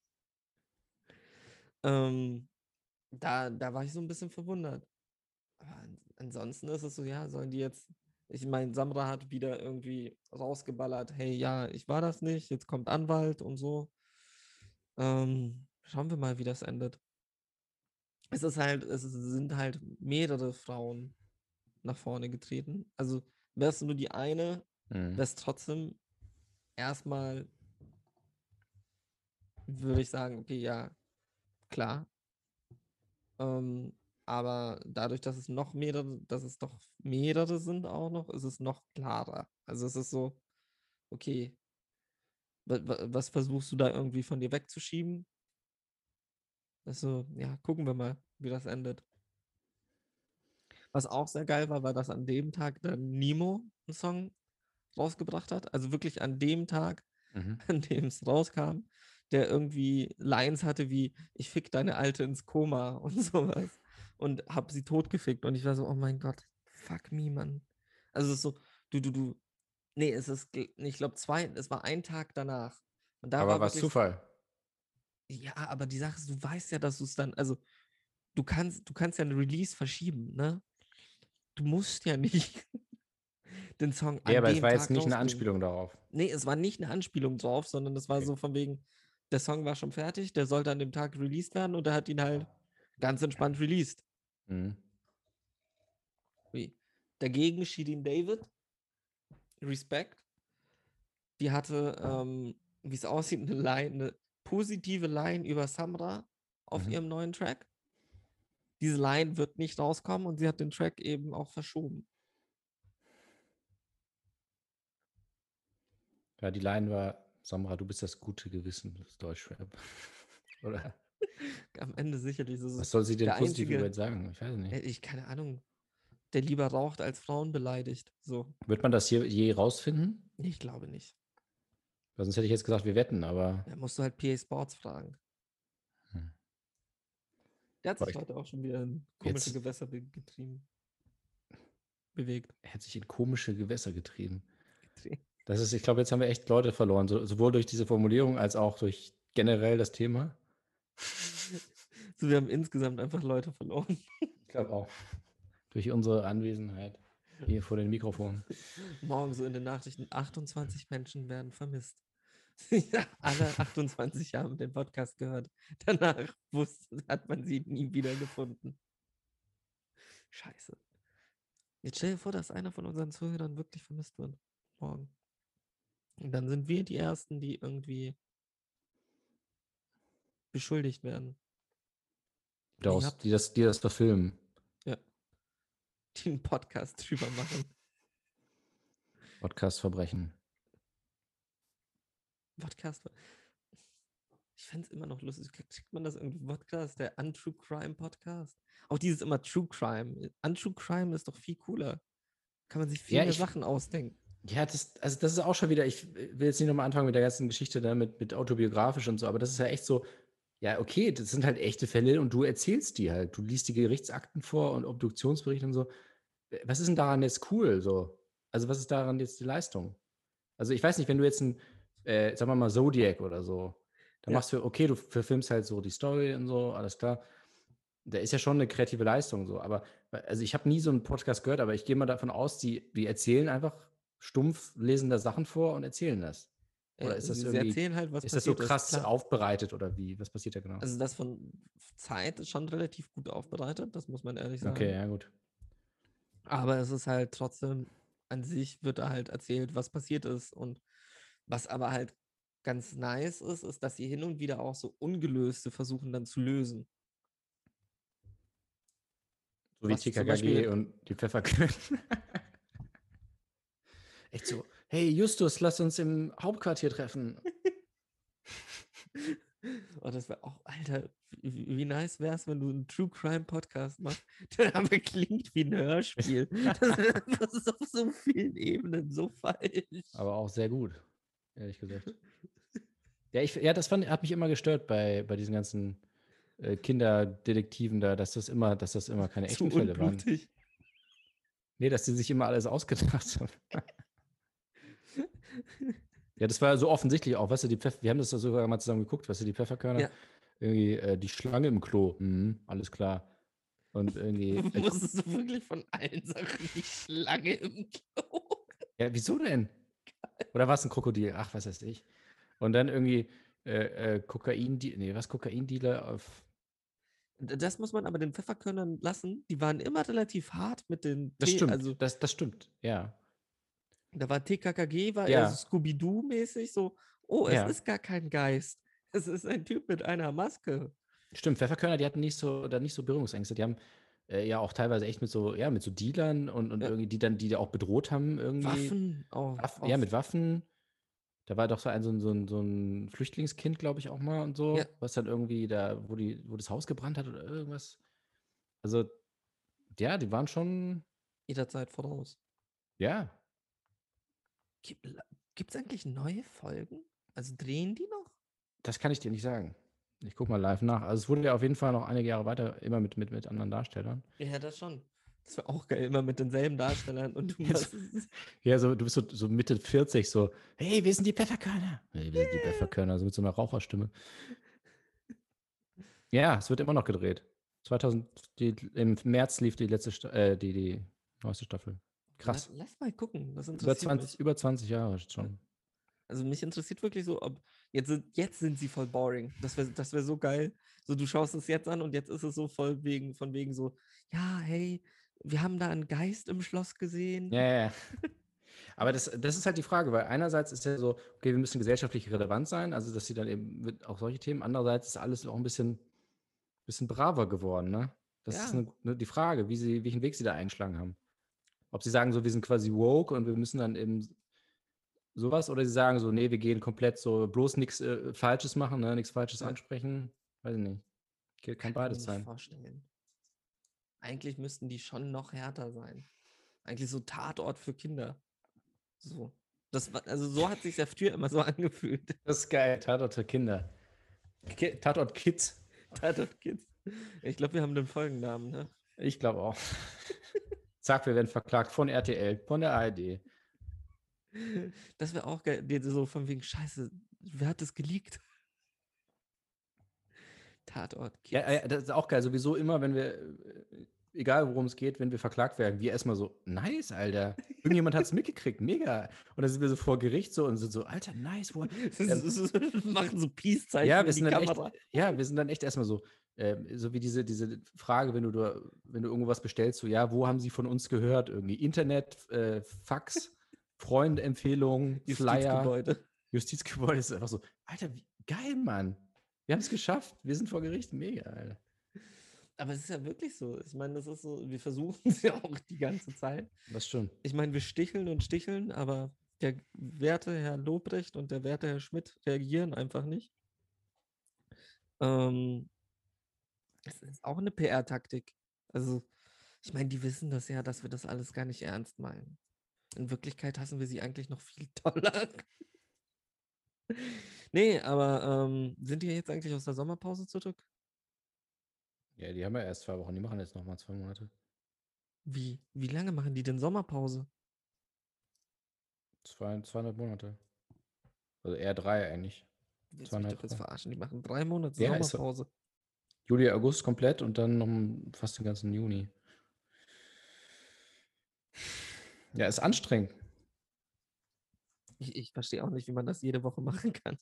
Ähm, da, da war ich so ein bisschen verwundert. Aber an, ansonsten ist es so, ja, sollen die jetzt. Ich meine, Samra hat wieder irgendwie rausgeballert, hey, ja, ich war das nicht, jetzt kommt Anwalt und so. Ähm, schauen wir mal, wie das endet. Es ist halt, es sind halt mehrere Frauen nach vorne getreten. Also wärst du nur die eine, Hm. wär's trotzdem erstmal, würde ich sagen, okay, ja, klar. Ähm, aber dadurch, dass es noch mehrere, dass es doch mehrere sind auch noch, ist es noch klarer. Also es ist so, okay, wa- wa- was versuchst du da irgendwie von dir wegzuschieben? Also, ja, gucken wir mal, wie das endet. Was auch sehr geil war, war, dass an dem Tag dann Nemo einen Song rausgebracht hat. Also wirklich an dem Tag, Mhm. an dem es rauskam, der irgendwie Lines hatte wie, ich fick deine Alte ins Koma und sowas. Und hab sie totgefickt. Und ich war so, oh mein Gott, fuck me, Mann. Also es ist so, du, du, du. Nee, es ist, gl- ich glaube, zwei, es war ein Tag danach. Und da Aber war war es wirklich, Zufall? ja, aber die Sache ist, du weißt ja, dass du es dann, also du kannst, du kannst ja ein Release verschieben, ne? Du musst ja nicht den Song Ja, an aber es dem war jetzt Tag nicht eine rausbringen. Anspielung darauf. Nee, es war nicht eine Anspielung drauf, sondern es war Okay. so von wegen, der Song war schon fertig, der sollte an dem Tag released werden und er hat ihn halt ganz entspannt released. Mhm. Wie? Dagegen Shirin David, Respekt, die hatte, ähm, wie es aussieht, eine Line, eine positive Line über Samra auf Mhm. ihrem neuen Track. Diese Line wird nicht rauskommen und sie hat den Track eben auch verschoben. Ja, die Line war, Samra, du bist das gute Gewissen des Deutschrap. Oder Am Ende sicherlich. Das was ist soll sie denn der positiv über ihn einzige, sagen? Ich weiß äh, nicht. ich keine Ahnung, der lieber raucht als Frauen beleidigt. So, Wird man das hier je rausfinden? ich glaube nicht. Weil sonst hätte ich jetzt gesagt, wir wetten, aber Da musst du halt P A Sports fragen. Hm. Der hat Boah, sich ich- heute auch schon wieder in komische jetzt- Gewässer be getrieben. Bewegt. er hat sich in komische Gewässer getrieben. Getrieben. Das ist, ich glaube, jetzt haben wir echt Leute verloren, so, sowohl durch diese Formulierung als auch durch generell das Thema. So, wir haben insgesamt einfach Leute verloren. Ich glaube auch. Durch unsere Anwesenheit hier vor den Mikrofonen. Morgen so in den Nachrichten, achtundzwanzig Menschen werden vermisst. Ja, alle achtundzwanzig haben den Podcast gehört. Danach wusste, hat man sie nie wieder gefunden. Scheiße. Jetzt stell dir vor, dass einer von unseren Zuhörern wirklich vermisst wird. Morgen. Und dann sind wir die Ersten, die irgendwie beschuldigt werden. Daraus, habt- die, das, die das verfilmen. Die einen Podcast drüber machen. Podcast-Verbrechen. Podcast. Ich fände es immer noch lustig. Kriegt man das irgendwie Podcast? Der Untrue Crime Podcast? Auch dieses immer True Crime. Untrue Crime ist doch viel cooler. Kann man sich viel Ja, mehr ich- Sachen ausdenken. Ja, das, also das ist auch schon wieder, ich will jetzt nicht nochmal anfangen mit der ganzen Geschichte da mit, mit autobiografisch und so, aber das ist ja echt so, ja, okay, das sind halt echte Fälle und du erzählst die halt. Du liest die Gerichtsakten vor und Obduktionsberichte und so. Was ist denn daran jetzt cool? So? Also, was ist daran jetzt die Leistung? Also, ich weiß nicht, wenn du jetzt ein, äh, sagen wir mal, Zodiac oder so, dann Ja. machst du, okay, du verfilmst halt so die Story und so, alles klar. Da ist ja schon eine kreative Leistung so, aber also ich habe nie so einen Podcast gehört, aber ich gehe mal davon aus, die, die erzählen einfach stumpf, lesen da Sachen vor und erzählen das. Oder Äh, ist das sie, sie irgendwie, erzählen halt, was ist das so passiert krass Klar. aufbereitet oder wie? Was passiert da genau? Also das von Zeit ist schon relativ gut aufbereitet, das muss man ehrlich sagen. Okay, ja gut. Aber es ist halt trotzdem, an sich wird da halt erzählt, was passiert ist. Und was aber halt ganz nice ist, ist, dass sie hin und wieder auch so ungelöste versuchen dann zu lösen. So wie Was zum T K K G Beispiel- und die Pfefferkörner. Echt so, hey Justus, lass uns im Hauptquartier treffen. Oh, das wäre auch, Alter, wie, wie nice wäre es, wenn du einen True Crime Podcast machst, der aber klingt wie ein Hörspiel. Das, das ist auf so vielen Ebenen so falsch. Aber auch sehr gut, ehrlich gesagt. Ja, ich, ja das fand, hat mich immer gestört bei, bei diesen ganzen äh, Kinderdetektiven da, dass das immer, dass das immer keine Zu echten Fälle waren. unblutig. Nee, dass die sich immer alles ausgedacht haben. Ja, das war ja so offensichtlich auch, weißt du, die Pfeffer, wir haben das ja sogar mal zusammen geguckt, weißt du, die Pfefferkörner, Ja. irgendwie äh, die Schlange im Klo, mhm, alles klar. Und irgendwie, äh, Wusstest du wirklich von allen Sachen die Schlange im Klo? ja, wieso denn? Oder war es ein Krokodil? Ach, was weiß ich. Und dann irgendwie äh, äh, Kokain, nee, was, Kokaindealer auf, Das muss man aber den Pfefferkörnern lassen. Die waren immer relativ hart mit den das T- stimmt, Also das, das stimmt, ja. da war T K K G, war Ja. eher so Scooby-Doo-mäßig so, oh, es Ja. ist gar kein Geist. Es ist ein Typ mit einer Maske. Stimmt, Pfefferkörner, die hatten nicht so, da nicht so Berührungsängste. Die haben äh, ja auch teilweise echt mit so, ja, mit so Dealern und, und Ja. irgendwie, die dann, die da auch bedroht haben, irgendwie. Waffen auch. Waffen, ja, mit Waffen. Da war doch so ein, so ein, so ein, so ein Flüchtlingskind, glaube ich, auch mal und so, Ja. was dann irgendwie da, wo die, wo das Haus gebrannt hat oder irgendwas. Also, ja, die waren schon, Jederzeit voraus. ja. Gibt es eigentlich neue Folgen? Also drehen die noch? Das kann ich dir nicht sagen. Ich guck mal live nach. Also es wurde ja auf jeden Fall noch einige Jahre weiter, immer mit, mit, mit anderen Darstellern. Ja, das schon. Das wäre auch geil, immer mit denselben Darstellern und du Jetzt- machst Ja, so, du bist so, so Mitte vierzig, so, hey, wir sind die Pfefferkörner. Hey, wir sind die Pfefferkörner, so mit so einer Raucherstimme. Ja, es wird immer noch gedreht. zweitausend, die, im März lief die letzte, Sta äh, die, die neueste Staffel. Krass. Lass, lass mal gucken. Das Über interessiert zwanzig, mich. über zwanzig Jahre schon. Also mich interessiert wirklich so, ob jetzt sind, jetzt sind sie voll boring. Das wäre das wär so geil. So, du schaust es jetzt an und jetzt ist es so voll wegen, von wegen so, ja, hey, wir haben da einen Geist im Schloss gesehen. Ja, ja, ja. Aber das, das ist halt die Frage, weil einerseits ist ja so, okay, wir müssen gesellschaftlich relevant sein, also dass sie dann eben mit auch solche Themen, andererseits ist alles auch ein bisschen, bisschen braver geworden, ne? Das ist Ja. eine, ne, die Frage, wie sie, welchen Weg sie da eingeschlagen haben. Ob sie sagen, so, wir sind quasi woke und wir müssen dann eben sowas, oder sie sagen so, nee, wir gehen komplett so, bloß nichts äh, Falsches machen, ne? Nichts Falsches Ja. ansprechen. Weiß ich nicht. Kann, Kann ich beides mir sein. nicht vorstellen. Eigentlich müssten die schon noch härter sein. Eigentlich so Tatort für Kinder. So. Das war, also so hat sich ja früher immer so angefühlt. Das ist geil. Tatort für Kinder. Ki- Tatort Kids. Tatort Kids. Ich glaube, wir haben den Folgennamen, ne? Ich glaube auch. Zack, wir werden verklagt von R T L, von der A R D. Das wäre auch geil. Die so von wegen, Scheiße, wer hat das geleakt? Tatort Kids. Ja, ja, das ist auch geil. Sowieso immer, wenn wir, äh, egal worum es geht, wenn wir verklagt werden, wir erstmal so, nice, Alter. Irgendjemand hat es mitgekriegt, mega. Und dann sind wir so vor Gericht so und sind so, Alter, nice. Wo, ähm, Machen so Peace-Zeichen ja, in wir die sind dann Kamera. echt, ja, wir sind dann echt erstmal so, ähm, so wie diese, diese Frage, wenn du, da, wenn du irgendwas bestellst, so, ja, wo haben sie von uns gehört? Irgendwie Internet, äh, Fax, Freundempfehlungen, Flyer, Justizgebäude. Justizgebäude. Das ist einfach so, Alter, wie geil, Mann. Wir haben es geschafft. Wir sind vor Gericht. Mega, Alter. Aber es ist ja wirklich so. Ich meine, das ist so, wir versuchen es ja auch die ganze Zeit. Das stimmt. Ich meine, wir sticheln und sticheln, aber der werte Herr Lobrecht und der werte Herr Schmidt reagieren einfach nicht. Ähm, das ist auch eine P R-Taktik. Also, ich meine, die wissen das ja, dass wir das alles gar nicht ernst meinen. In Wirklichkeit hassen wir sie eigentlich noch viel toller. Nee, aber ähm, sind die jetzt eigentlich aus der Sommerpause zurück? Ja, die haben ja erst zwei Wochen. Die machen jetzt nochmal zwei Monate. Wie? Wie lange machen die denn Sommerpause? Zwei, zweieinhalb Monate. Also eher drei eigentlich. Du willst mich Zweieinhalb, doch jetzt drei. verarschen. Die machen drei Monate Ja, ist so. Sommerpause. Juli, August komplett und dann noch fast den ganzen Juni. Ja, ist anstrengend. Ich, ich verstehe auch nicht, wie man das jede Woche machen kann.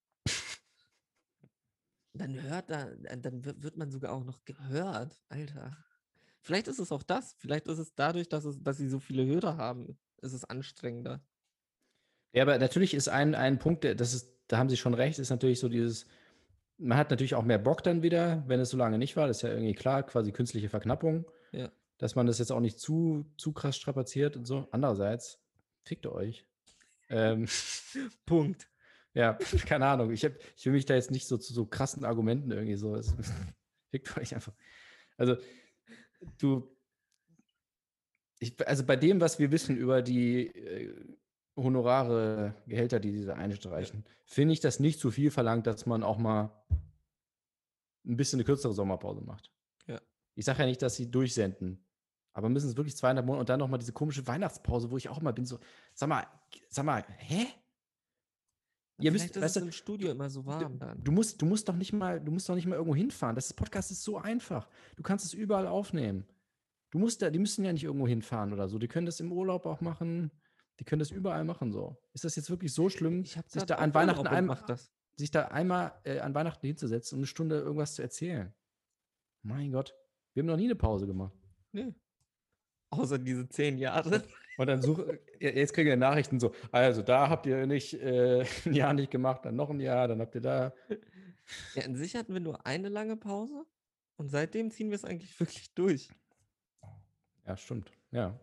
Dann hört da, dann wird wird man sogar auch noch gehört, Alter. Vielleicht ist es auch das. Vielleicht ist es dadurch, dass es, dass sie so viele Hörer haben, ist es anstrengender. Ja, aber natürlich ist ein, ein Punkt, der- das ist, da haben Sie schon recht, ist natürlich so dieses, man hat natürlich auch mehr Bock dann wieder, wenn es so lange nicht war. Das ist ja irgendwie klar, quasi künstliche Verknappung. Ja. Dass man das jetzt auch nicht zu, zu krass strapaziert und so. Andererseits, fickt ihr euch. Ähm, Punkt. ja, keine Ahnung. Ich, hab, ich will mich da jetzt nicht so zu so krassen Argumenten irgendwie so. Es, fickt euch einfach. Also, du, ich, also bei dem, was wir wissen über die äh, Honorare, Gehälter, die diese einstreichen, finde ich das nicht zu viel verlangt, dass man auch mal ein bisschen eine kürzere Sommerpause macht. Ja. Ich sage ja nicht, dass sie durchsenden. Aber müssen es wirklich zweieinhalb Monate und dann nochmal diese komische Weihnachtspause, wo ich auch mal bin, so, sag mal, sag mal, hä? Ihr Vielleicht müsst, ist weißt es du, im Studio immer so warm dann. du musst, du musst doch nicht mal, du musst doch nicht mal irgendwo hinfahren. Das Podcast ist so einfach. Du kannst es überall aufnehmen. Du musst da, die müssen ja nicht irgendwo hinfahren oder so. Die können das im Urlaub auch machen. Die können das überall machen so. Ist das jetzt wirklich so schlimm, Ich habe sich grad da an auch Weihnachten Urlaub und einmal, mach das. sich da einmal äh, an Weihnachten hinzusetzen und eine Stunde irgendwas zu erzählen? Mein Gott, wir haben noch nie eine Pause gemacht. Nee. Außer diese zehn Jahre. Und dann suche, jetzt kriegen wir Nachrichten so, also da habt ihr nicht äh, ein Jahr nicht gemacht, dann noch ein Jahr, dann habt ihr da. Ja, in sich hatten wir nur eine lange Pause und seitdem ziehen wir es eigentlich wirklich durch. Ja, stimmt. Ja.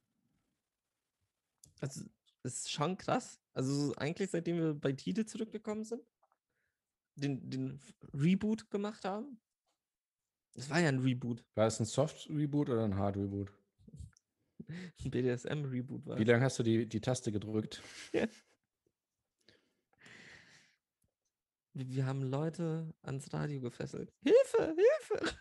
Also, das ist schon krass. Also, so eigentlich seitdem wir bei Tide zurückgekommen sind, den, den F- Reboot gemacht haben. Es war ja ein Reboot. War das ein Soft-Reboot oder ein Hard-Reboot? Ein B D S M-Reboot war Wie es. lange hast du die, die Taste gedrückt? Wir, wir haben Leute ans Radio gefesselt. Hilfe, Hilfe!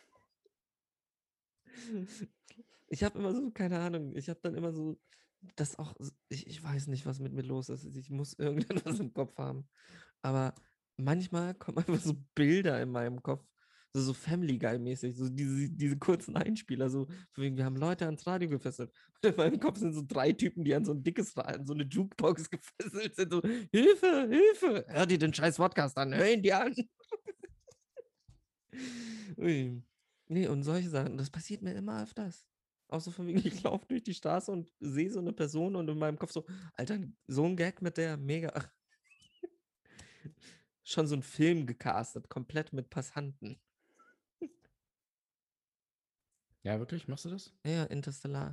Ich habe immer so, keine Ahnung, ich habe dann immer so, das auch, s- ich, ich weiß nicht, was mit mir los ist. Ich muss irgendetwas im Kopf haben. Aber manchmal kommen einfach so Bilder in meinem Kopf, so, so Family Guy-mäßig, so diese, diese kurzen Einspieler, so, von wegen, wir haben Leute ans Radio gefesselt. Und in meinem Kopf sind so drei Typen, die an so ein dickes, Ra- an so eine Jukebox gefesselt sind, so, Hilfe, Hilfe, hör dir den scheiß Podcast an, hör ihn dir an. Ui. Nee, und solche Sachen, das passiert mir immer öfters. Auch so von wegen, ich laufe durch die Straße und sehe so eine Person und in meinem Kopf so, Alter, so ein Gag mit der, mega. Schon so ein Film gecastet, komplett mit Passanten. Ja, wirklich? Machst du das? Ja, Interstellar.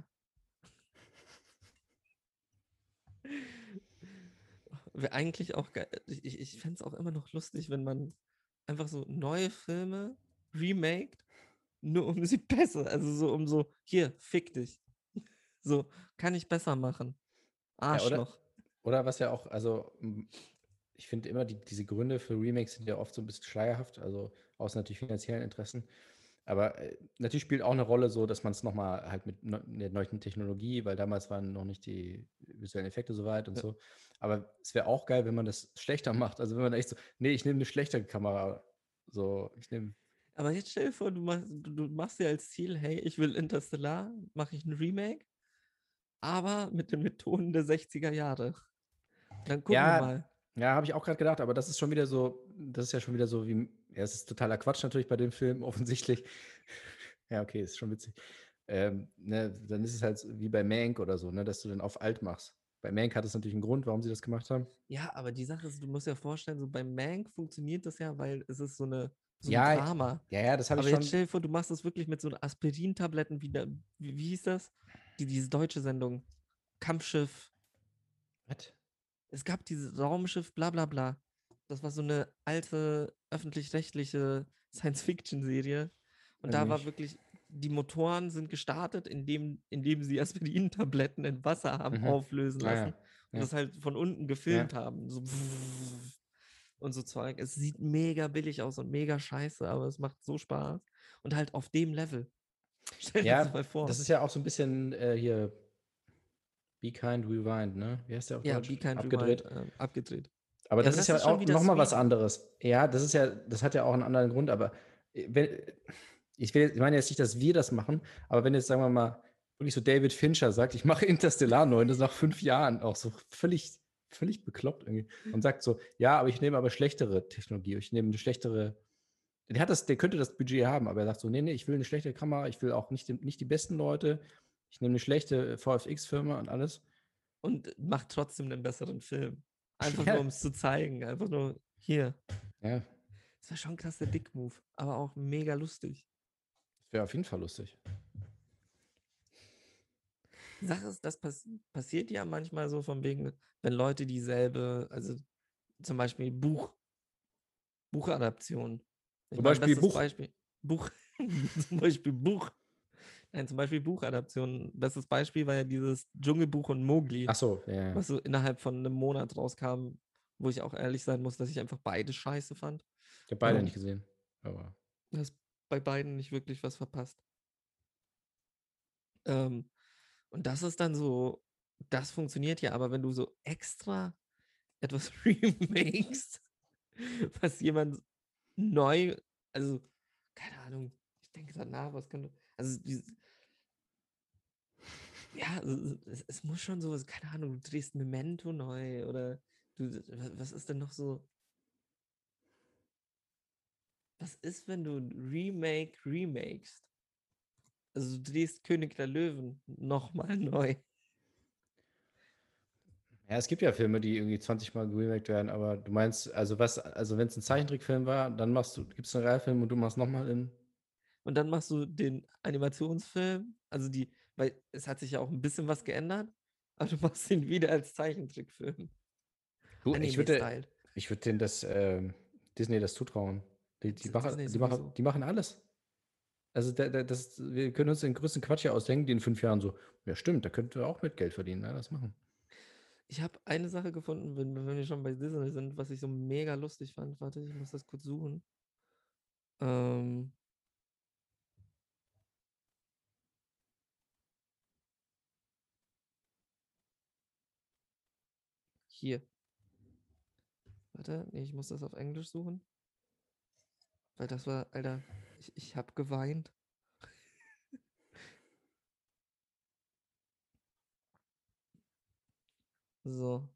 Wäre eigentlich auch geil. Ich, ich, ich fände es auch immer noch lustig, wenn man einfach so neue Filme remaked, nur um sie besser, also so um so, hier, fick dich. So, kann ich besser machen. Ja, oder, Arschloch. oder was ja auch, also m, ich finde immer, die, diese Gründe für Remakes sind ja oft so ein bisschen schleierhaft, also aus natürlich finanziellen Interessen. Aber äh, natürlich spielt auch eine Rolle so, dass man es nochmal halt mit neu- der neuen Technologie, weil damals waren noch nicht die visuellen Effekte so weit und Ja. so. Aber es wäre auch geil, wenn man das schlechter macht. Also wenn man echt so, nee, ich nehme eine schlechtere Kamera. So, ich nehme, Aber jetzt stell dir vor, du machst, du, du machst dir als Ziel, hey, ich will Interstellar, mache ich ein Remake, aber mit den Methoden der sechziger Jahre. Dann gucken wir ja, mal. ja, habe ich auch gerade gedacht, aber das ist schon wieder so, das ist ja schon wieder so wie, ja, es ist totaler Quatsch natürlich bei dem Film, offensichtlich. Ja, okay, ist schon witzig. Ähm, ne, dann ist es halt wie bei Mank oder so, ne, dass du dann auf alt machst. Bei Mank hat es natürlich einen Grund, warum sie das gemacht haben. Ja, aber die Sache ist, du musst dir vorstellen, so beim Mank funktioniert das ja, weil es ist so eine so ein Ja, Drama. ja, ja, das habe ich Aber jetzt schon. stell dir vor, du machst das wirklich mit so Aspirin-Tabletten wie, der, wie, wie hieß das? Die, diese deutsche Sendung. Kampfschiff. Was? Es gab dieses Raumschiff, bla bla bla. Das war so eine alte öffentlich-rechtliche Science-Fiction-Serie. Und Weiß ich da war nicht. wirklich, die Motoren sind gestartet, indem, indem sie Aspirin-Tabletten in Wasser haben Mhm. auflösen Ah, lassen ja. und Ja. das halt von unten gefilmt Ja. haben. So und so Zeug. Es sieht mega billig aus und mega scheiße, aber es macht so Spaß. Und halt auf dem Level. Stell dir das Ja, mal vor. das ist ja auch so ein bisschen äh, hier Be Kind, Rewind, ne? Wie heißt der auf Ja, Deutsch? Be Kind Rewind Abgedreht. äh, abgedreht. Aber Ja, das aber ist das ja ist schon auch wieder nochmal was sweet. anderes. Ja, das ist ja, das hat ja auch einen anderen Grund, aber äh, wenn, ich will, ich meine jetzt nicht, dass wir das machen, aber wenn jetzt, sagen wir mal, wirklich so David Fincher sagt, ich mache Interstellar neu, das nach fünf Jahren auch so völlig, völlig bekloppt irgendwie und sagt so, ja, aber ich nehme aber schlechtere Technologie, ich nehme eine schlechtere, der hat das, der könnte das Budget haben, aber er sagt so, nee, nee, ich will eine schlechte Kamera, ich will auch nicht, den- nicht die besten Leute, ich nehme eine schlechte V F X-Firma und alles. Und macht trotzdem einen besseren Film. Einfach nur, Ja, um es zu zeigen. Einfach nur hier. ja, Das war schon krass der Dick-Move, aber auch mega lustig. das wäre auf jeden Fall lustig. Die Sache ist, das pass passiert ja manchmal so von wegen, wenn Leute dieselbe, also zum Beispiel Buch, Buchadaption. Ich Zum meine, Beispiel bestes Buch. Beispiel, Buch, zum Beispiel Buch. Nein, zum Beispiel Buchadaption. Bestes Beispiel war ja dieses Dschungelbuch und Mowgli, Ach so, ja, ja. was so innerhalb von einem Monat rauskam, wo ich auch ehrlich sein muss, dass ich einfach beide scheiße fand. Ich habe beide Ähm, nicht gesehen. Aber Du hast bei beiden nicht wirklich was verpasst. Ähm, und das ist dann so, das funktioniert ja, aber wenn du so extra etwas remakest, was jemand neu, also, keine Ahnung, ich denke danach, was könnte, also, die, ja, also, es, es muss schon so, keine Ahnung, du drehst Memento neu oder du, was ist denn noch so, was ist, wenn du ein Remake remakest? Also, du drehst König der Löwen nochmal neu. ja, es gibt ja Filme, die irgendwie zwanzig Mal geremaked werden, aber du meinst, also was, also wenn es ein Zeichentrickfilm war, dann machst du, gibst du einen Realfilm und du machst nochmal in. Und dann machst du den Animationsfilm, also die, weil es hat sich ja auch ein bisschen was geändert, aber du machst ihn wieder als Zeichentrickfilm. Du, ich würde, Anime-Style. ich würde denen das, ähm, Disney das zutrauen. Die, die, D- machen, Disney die, machen, sowieso. die machen alles. Also da, da, das, wir können uns den größten Quatsch hier ausdenken, die in fünf Jahren so, ja stimmt, da könnte wir auch mit Geld verdienen, ne, das machen. Ich habe eine Sache gefunden, wenn, wenn wir schon bei Disney sind, was ich so mega lustig fand. Warte, ich muss das kurz suchen. Ähm, hier. Warte, nee, ich muss das auf Englisch suchen. Weil das war, Alter, ich, ich habe geweint. So.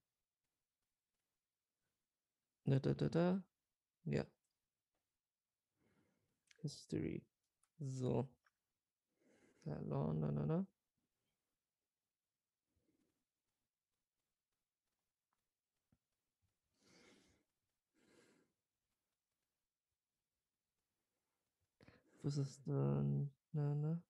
Da, da, da, da. Ja. History. So. Verloren, na, na, na. Was ist denn? Na, na.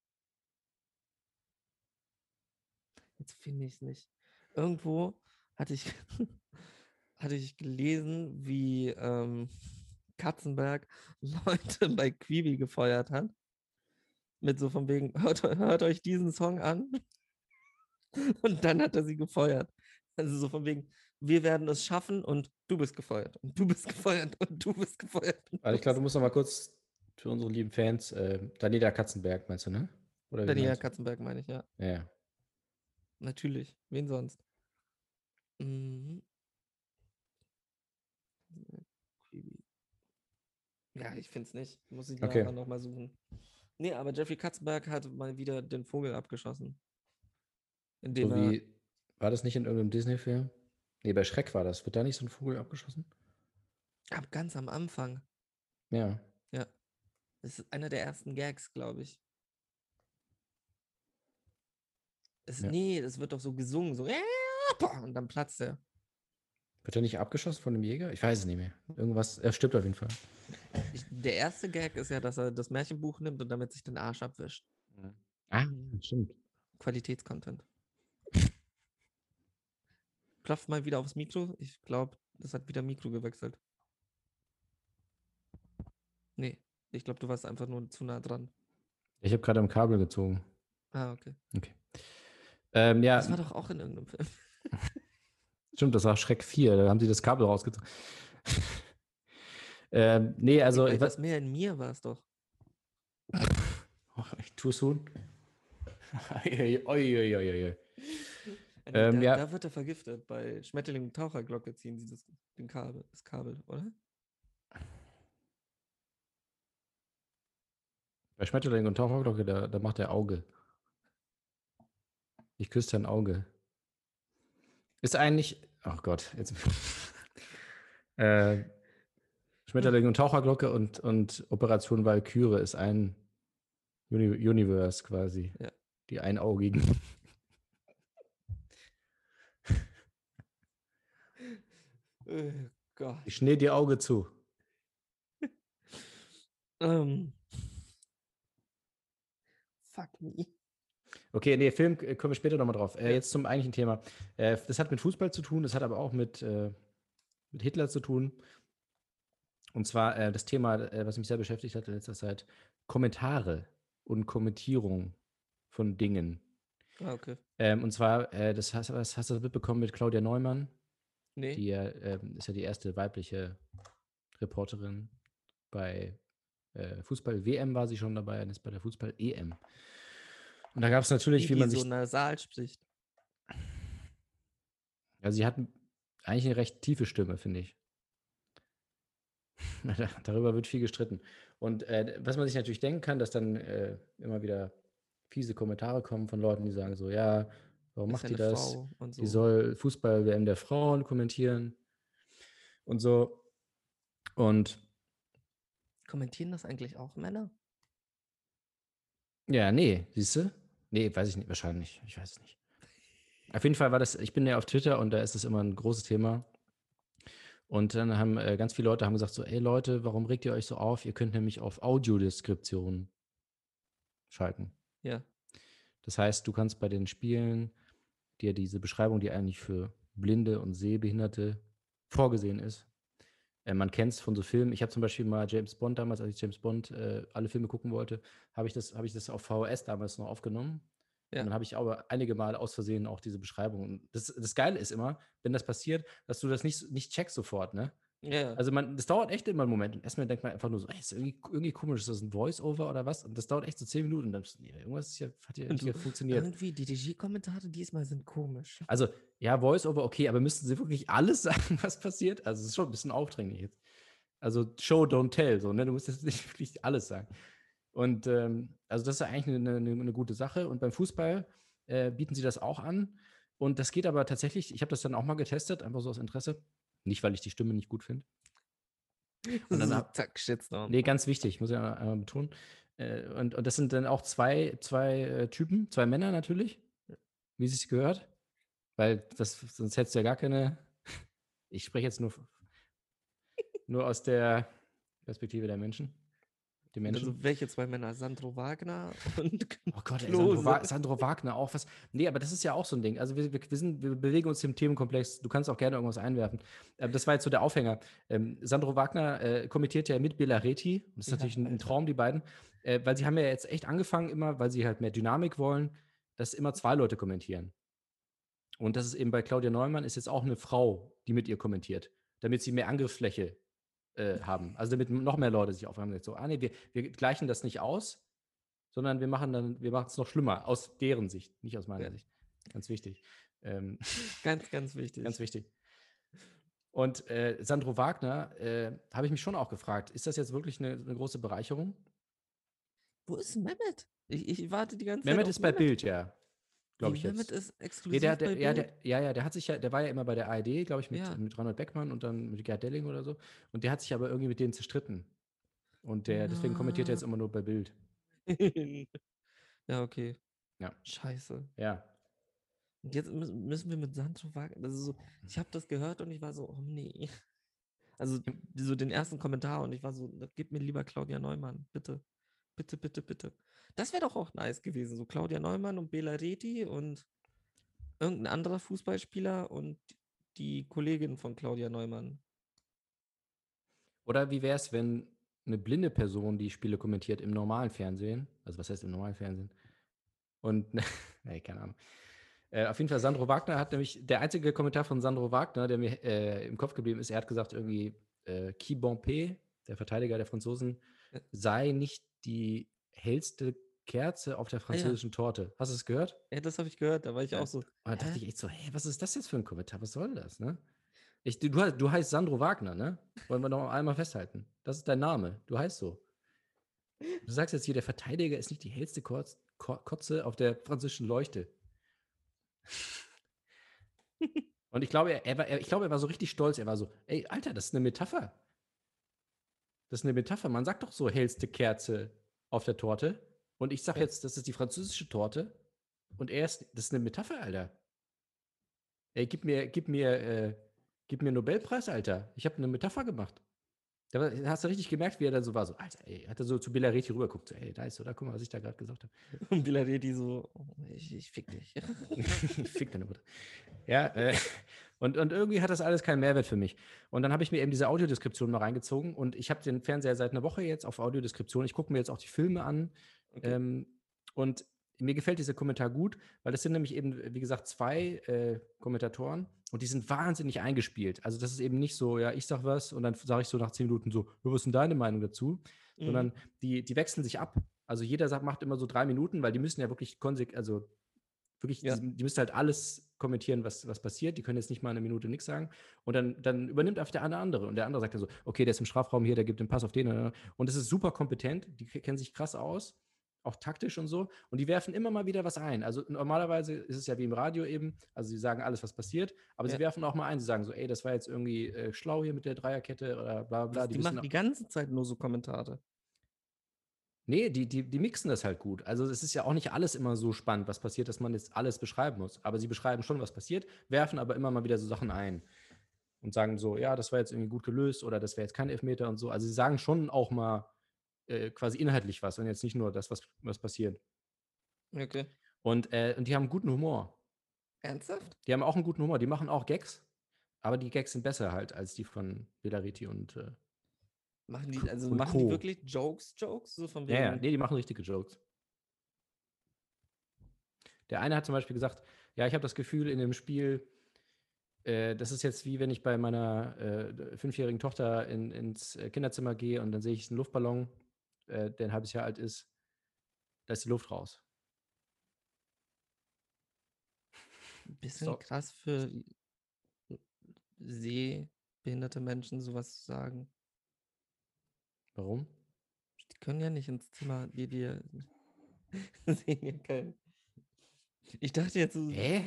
Jetzt finde ich es nicht. Irgendwo hatte ich, hatte ich gelesen, wie ähm, Katzenberg Leute bei Quibi gefeuert hat. Mit so von wegen, hört, hört euch diesen Song an. Und dann hat er sie gefeuert. Also so von wegen, wir werden es schaffen und du bist gefeuert. Und du bist gefeuert und du bist gefeuert. Und Also du ich glaube, bist du musst noch mal kurz für unsere lieben Fans, äh, Daniela Katzenberg meinst du, ne? Oder wie Daniela meinst du? Katzenberg meine ich, ja. Ja, ja. Natürlich. Wen sonst? Mhm. Quibi. Ja, ich finde es nicht. Muss ich Okay. nachher nochmal suchen. Nee, aber Jeffrey Katzenberg hat mal wieder den Vogel abgeschossen. Indem So er. wie, war das nicht in irgendeinem Disney-Film? Nee, bei Schreck war das. Wird da nicht so ein Vogel abgeschossen? Ab ganz am Anfang. Ja. Ja. Das ist einer der ersten Gags, glaube ich. Es, Ja. Nee, es wird doch so gesungen, so. Und dann platzt er. Wird er nicht abgeschossen von dem Jäger? Ich weiß es nicht mehr. Irgendwas, er stirbt auf jeden Fall. Ich, der erste Gag ist ja, dass er das Märchenbuch nimmt und damit sich den Arsch abwischt. Ah, stimmt. Qualitätscontent. Klopft mal wieder aufs Mikro. Ich glaube, das hat wieder Mikro gewechselt. Nee, ich glaube, du warst einfach nur zu nah dran. Ich habe gerade am Kabel gezogen. Ah, okay. Okay. Ähm, ja, Das war doch auch in irgendeinem Film. stimmt, das war Schreck vier. Da haben sie das Kabel rausgezogen. ähm, nee, also. Bei Ich, wa- das Meer in mir war es doch. Oh, too soon. Oi, oi, oi, oi, oi. Nee, Ähm, da, ja. da wird er vergiftet. Bei Schmetterling und Taucherglocke ziehen sie das, den Kabel, das Kabel, oder? Bei Schmetterling und Taucherglocke, da, da macht er Auge. Ich küsse dein Auge. Ist eigentlich. Ach Gott, jetzt. äh, Schmetterling und Taucherglocke und, und Operation Walküre ist ein Uni Universe quasi. Ja. Die Einaugigen. Oh Gott. Ich schnee dir Auge zu. Ähm. Fuck me. Okay, nee, Film äh, kommen wir später nochmal drauf. Äh, Ja. Jetzt zum eigentlichen Thema. Äh, das hat mit Fußball zu tun, das hat aber auch mit, äh, mit Hitler zu tun. Und zwar äh, das Thema, äh, was mich sehr beschäftigt hat in letzter Zeit, Kommentare und Kommentierung von Dingen. Ah, okay. Ähm, und zwar, äh, das hast, das hast du mitbekommen mit Claudia Neumann. Nee. Die ja, ähm, ist ja die erste weibliche Reporterin bei äh, Fußball-W M war sie schon dabei, und ist bei der Fußball-E M. Und da gab es natürlich, Die, wie die man so sich. nasal spricht. Also sie hat eigentlich eine recht tiefe Stimme, finde ich. Darüber wird viel gestritten. Und äh, was man sich natürlich denken kann, dass dann äh, immer wieder fiese Kommentare kommen von Leuten, die sagen so, ja, warum Ist macht ja die eine das? Frau und so. Die soll Fußball-W M der Frauen kommentieren und so. Und Kommentieren das eigentlich auch Männer? ja, nee, siehst du? Nee, weiß ich nicht, wahrscheinlich. Ich weiß es nicht. Auf jeden Fall war das, ich bin ja auf Twitter und da ist das immer ein großes Thema. Und dann haben äh, ganz viele Leute haben gesagt so, ey Leute, warum regt ihr euch so auf? Ihr könnt nämlich auf Audiodeskription schalten. Ja. Das heißt, du kannst bei den Spielen dir diese Beschreibung, die eigentlich für Blinde und Sehbehinderte vorgesehen ist. Äh, man kennt es von so Filmen. Ich habe zum Beispiel mal James Bond damals, als ich James Bond äh, alle Filme gucken wollte, habe ich, das, hab ich das auf V H S damals noch aufgenommen. Ja. Und dann habe ich aber einige Mal aus Versehen auch diese Beschreibung. Und das, das Geile ist immer, wenn das passiert, dass du das nicht, nicht checkst sofort, ne? Ja. Also man, das dauert echt immer einen Moment. Und erstmal denkt man einfach nur so, ey, ist irgendwie, irgendwie komisch, ist das ein Voice-Over oder was? Und das dauert echt so zehn Minuten. Und dann nee, irgendwas ist ja, hat ja Und nicht so, funktioniert. Irgendwie, die Regie-Kommentare diesmal sind komisch. Also, ja, Voice-Over, okay, aber müssten sie wirklich alles sagen, was passiert? Also, es ist schon ein bisschen aufdringlich jetzt. Also, Show, don't tell, so, ne? Du musst jetzt nicht wirklich alles sagen. Und ähm, also, das ist ja eigentlich eine, eine, eine gute Sache. Und beim Fußball äh, bieten sie das auch an. Und das geht aber tatsächlich, ich habe das dann auch mal getestet, einfach so aus Interesse. Nicht, weil ich die Stimme nicht gut finde. Und dann so, hab, zack, Shitstorm. nee, ganz wichtig, muss ich einmal betonen. Äh, und, und das sind dann auch zwei, zwei äh, Typen, zwei Männer natürlich, wie es sich gehört. Weil das, sonst hättest du ja gar keine. Ich spreche jetzt nur, nur aus der Perspektive der Menschen. Die Menschen. Also welche zwei Männer? Sandro Wagner und Oh Gott, ey, Sandro, Klose. Wa Sandro Wagner auch was. Nee, aber das ist ja auch so ein Ding. Also wir, wir, wir, sind, wir bewegen uns im Themenkomplex. Du kannst auch gerne irgendwas einwerfen. Ähm, das war jetzt so der Aufhänger. Ähm, Sandro Wagner äh, kommentiert ja mit Bela Reti. Das ist Ja, natürlich ein, ein Alter. Traum, die beiden. Äh, weil sie haben ja jetzt echt angefangen immer, weil sie halt mehr Dynamik wollen, dass immer zwei Leute kommentieren. Und das ist eben bei Claudia Neumann ist jetzt auch eine Frau, die mit ihr kommentiert, damit sie mehr Angriffsfläche äh, haben. Also damit noch mehr Leute sich aufhören. So, ah nee, wir, wir gleichen das nicht aus, sondern wir machen dann, wir machen es noch schlimmer, aus deren Sicht, nicht aus meiner Ja. Sicht. Ganz wichtig. Ähm, Ganz, ganz wichtig. ganz wichtig. Und äh, Sandro Wagner, äh, habe ich mich schon auch gefragt, ist das jetzt wirklich eine, eine große Bereicherung? Wo ist Mehmet? Ich, ich warte die ganze Mehmet Zeit ist auf bei Mehmet. Bild, ja. Glaube Wie, ich Mehmet jetzt. ist Nee, exklusiv der, der, bei ja, Bild? der, ja, ja, der hat sich ja, der war ja immer bei der A R D, glaube ich, mit, Ja. mit Reinhold Beckmann und dann mit Gerd Delling oder so. Und der hat sich aber irgendwie mit denen zerstritten. Und der, deswegen kommentiert er jetzt immer nur bei Bild. Ja, okay. Ja. Scheiße. Ja. Und jetzt mü- müssen wir mit Sandro Wagner. Das ist so, ich habe das gehört und ich war so, oh nee. Also so den ersten Kommentar und ich war so, gib mir lieber Claudia Neumann, bitte. Bitte, bitte, bitte. Das wäre doch auch nice gewesen. So Claudia Neumann und Bela Reti und irgendein anderer Fußballspieler und die Kollegin von Claudia Neumann. Oder wie wäre es, wenn eine blinde Person die Spiele kommentiert im normalen Fernsehen? Also was heißt im normalen Fernsehen? Und, nee, keine Ahnung. Äh, auf jeden Fall, Sandro Wagner hat nämlich, der einzige Kommentar von Sandro Wagner, der mir äh, im Kopf geblieben ist, er hat gesagt irgendwie, äh, Guy Bompé, der Verteidiger der Franzosen, Ja. sei nicht die hellste Kerze auf der Ah ja. französischen Torte. Hast du es gehört? Ja, das habe ich gehört. Da war ich Ja. auch so. Und da dachte Hä? ich echt so, hey, was ist das jetzt für ein Kommentar? Was soll das, ne? Ich, du, du, du heißt Sandro Wagner, ne? Wollen wir noch einmal festhalten. Das ist dein Name. Du heißt so. Du sagst jetzt hier, der Verteidiger ist nicht die hellste Kotz, Ko- Kotze auf der französischen Leuchte. Und ich glaube, er, er war, er, ich glaube, er war so richtig stolz. Er war so, ey, Alter, das ist eine Metapher. Das ist eine Metapher. Man sagt doch so, hellste Kerze auf der Torte. Und ich sag Ja. jetzt, das ist die französische Torte. Und er ist, das ist eine Metapher, Alter. Ey, gib mir, gib mir, äh, gib mir Nobelpreis, Alter. Ich habe eine Metapher gemacht. Da war- hast du richtig gemerkt, wie er dann so war. So, Alter, ey, hat er so zu Bela Reti rüberguckt. So, ey, da ist so, da guck mal, was ich da gerade gesagt habe. Und Bela Reti so, oh, ich, ich fick dich. Fick deine Mutter. Ja, äh, und, und irgendwie hat das alles keinen Mehrwert für mich. Und dann habe ich mir eben diese Audiodeskription mal reingezogen und ich habe den Fernseher seit einer Woche jetzt auf Audiodeskription. Ich gucke mir jetzt auch die Filme an. Okay. Ähm, und mir gefällt dieser Kommentar gut, weil das sind nämlich eben, wie gesagt, zwei äh, Kommentatoren und die sind wahnsinnig eingespielt. Also das ist eben nicht so, ja, ich sag was und dann sage ich so nach zehn Minuten so, ja, was ist denn deine Meinung dazu? Mhm. Sondern die, die wechseln sich ab. Also jeder sagt, macht immer so drei Minuten, weil die müssen ja wirklich konsequent, also wirklich, Ja. die, die müssen halt alles kommentieren, was, was passiert. Die können jetzt nicht mal eine Minute nichts sagen. Und dann, dann übernimmt einfach der eine andere. Und der andere sagt dann so, okay, der ist im Strafraum hier, der gibt den Pass auf den. Und das ist super kompetent. Die kennen sich krass aus, auch taktisch und so. Und die werfen immer mal wieder was ein. Also normalerweise ist es ja wie im Radio eben. Also sie sagen alles, was passiert. Aber Ja. sie werfen auch mal ein. Sie sagen so, ey, das war jetzt irgendwie äh, schlau hier mit der Dreierkette oder bla bla. Das, die wissen machen auch- die ganze Zeit nur so Kommentare. Nee, die, die, die mixen das halt gut. Also es ist ja auch nicht alles immer so spannend, was passiert, dass man jetzt alles beschreiben muss. Aber sie beschreiben schon, was passiert, werfen aber immer mal wieder so Sachen ein und sagen so, ja, das war jetzt irgendwie gut gelöst oder das wäre jetzt kein Elfmeter und so. Also sie sagen schon auch mal äh, quasi inhaltlich was und jetzt nicht nur das, was, was passiert. Okay. Und, äh, und die haben guten Humor. Ernsthaft? Die haben auch einen guten Humor. Die machen auch Gags, aber die Gags sind besser halt als die von Bela Reti und äh, Machen die, also Und machen die Co. wirklich Jokes, Jokes? So von ja, ja, wegen. nee, die machen richtige Jokes. Der eine hat zum Beispiel gesagt, ja, ich habe das Gefühl in dem Spiel, äh, das ist jetzt wie wenn ich bei meiner äh, fünfjährigen Tochter in, ins äh, Kinderzimmer gehe und dann sehe ich einen Luftballon, äh, der ein halbes Jahr alt ist, da ist die Luft raus. Ein bisschen So. krass für sehbehinderte Menschen sowas zu sagen. Warum? Die können ja nicht ins Zimmer, die dir sehen ja keinen. Ich dachte jetzt so. Hä?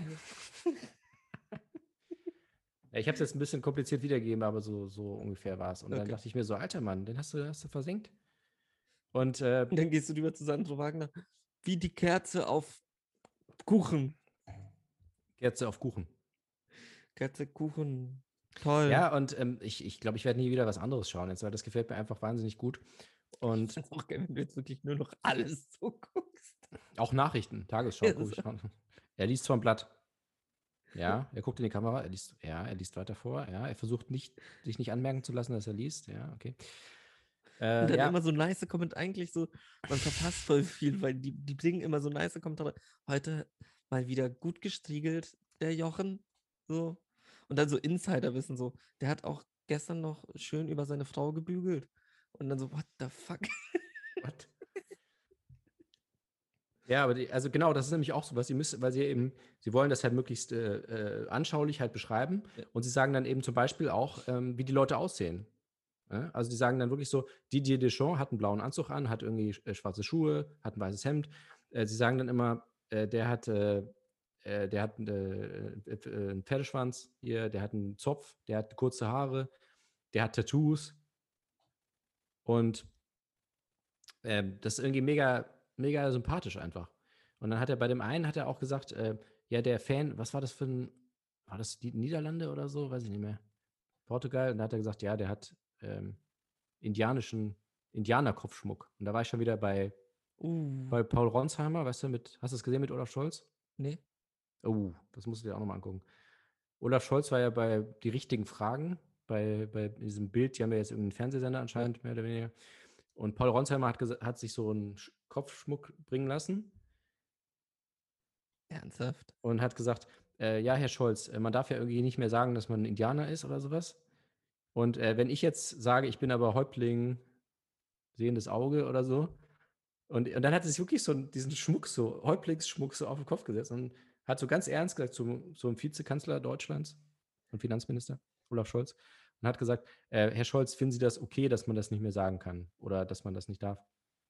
Ja, ich habe es jetzt ein bisschen kompliziert wiedergegeben, aber so, so ungefähr war es. Und dann Okay. dachte ich mir so, alter Mann, den hast du, hast du versenkt. Und äh, Und dann gehst du lieber zu Sandro Wagner. Wie die Kerze auf Kuchen. Kerze auf Kuchen. Kerze, Kuchen. Toll. Ja, und ähm, ich ich, glaube, ich werde nie wieder was anderes schauen jetzt, weil das gefällt mir einfach wahnsinnig gut. Ich Und find's auch geil, wenn du jetzt wirklich nur noch alles so guckst. auch Nachrichten, Tagesschau Ja, gucke das- ich schon. Er liest vom Blatt. Ja, er guckt in die Kamera, er liest, ja, er liest weiter vor, ja, er versucht nicht, sich nicht anmerken zu lassen, dass er liest, ja, okay. Und Äh, dann ja, immer so nice Kommentare, eigentlich so, man verpasst voll viel, weil die, die bringen immer so nice Kommentare. Heute mal wieder gut gestriegelt, der Jochen. So. Und dann so Insiderwissen, so, der hat auch gestern noch schön über seine Frau gebügelt. Und dann so, what the fuck? what? Ja, aber die, also genau, das ist nämlich auch so was, sie müssen, weil sie eben, sie wollen das halt möglichst äh, äh, anschaulich halt beschreiben Ja. und sie sagen dann eben zum Beispiel auch, ähm, wie die Leute aussehen. Ja? Also die sagen dann wirklich so, Didier Deschamps hat einen blauen Anzug an, hat irgendwie äh, schwarze Schuhe, hat ein weißes Hemd. Äh, sie sagen dann immer, äh, der hat, äh, äh, der hat äh, äh, einen Pferdeschwanz hier, der hat einen Zopf, der hat kurze Haare, der hat Tattoos und ähm, das ist irgendwie mega, mega sympathisch einfach. Und dann hat er bei dem einen hat er auch gesagt, äh, ja, der Fan, was war das für ein, war das die Niederlande oder so? Weiß ich nicht mehr. Portugal. Und da hat er gesagt, ja, der hat ähm, indianischen, Indianerkopfschmuck. Und da war ich schon wieder bei, Uh, bei Paul Ronsheimer, weißt du, mit, hast du es gesehen mit Olaf Scholz? nee. Oh, das musst du dir auch nochmal angucken. Olaf Scholz war ja bei Die richtigen Fragen, bei, bei diesem Bild, die haben ja jetzt irgendeinen Fernsehsender anscheinend, mehr oder weniger. Und Paul Ronsheimer hat, gesa- hat sich so einen Sch- Kopfschmuck bringen lassen Ernsthaft? und hat gesagt, äh, ja, Herr Scholz, äh, man darf ja irgendwie nicht mehr sagen, dass man ein Indianer ist oder sowas. Und äh, wenn ich jetzt sage, ich bin aber Häuptling, sehendes Auge oder so, und, und dann hat er sich wirklich so einen- diesen Schmuck, so Häuptlingsschmuck so auf den Kopf gesetzt und hat so ganz ernst gesagt zum, zum Vizekanzler Deutschlands und Finanzminister, Olaf Scholz, und hat gesagt, äh, Herr Scholz, finden Sie das okay, dass man das nicht mehr sagen kann oder dass man das nicht darf?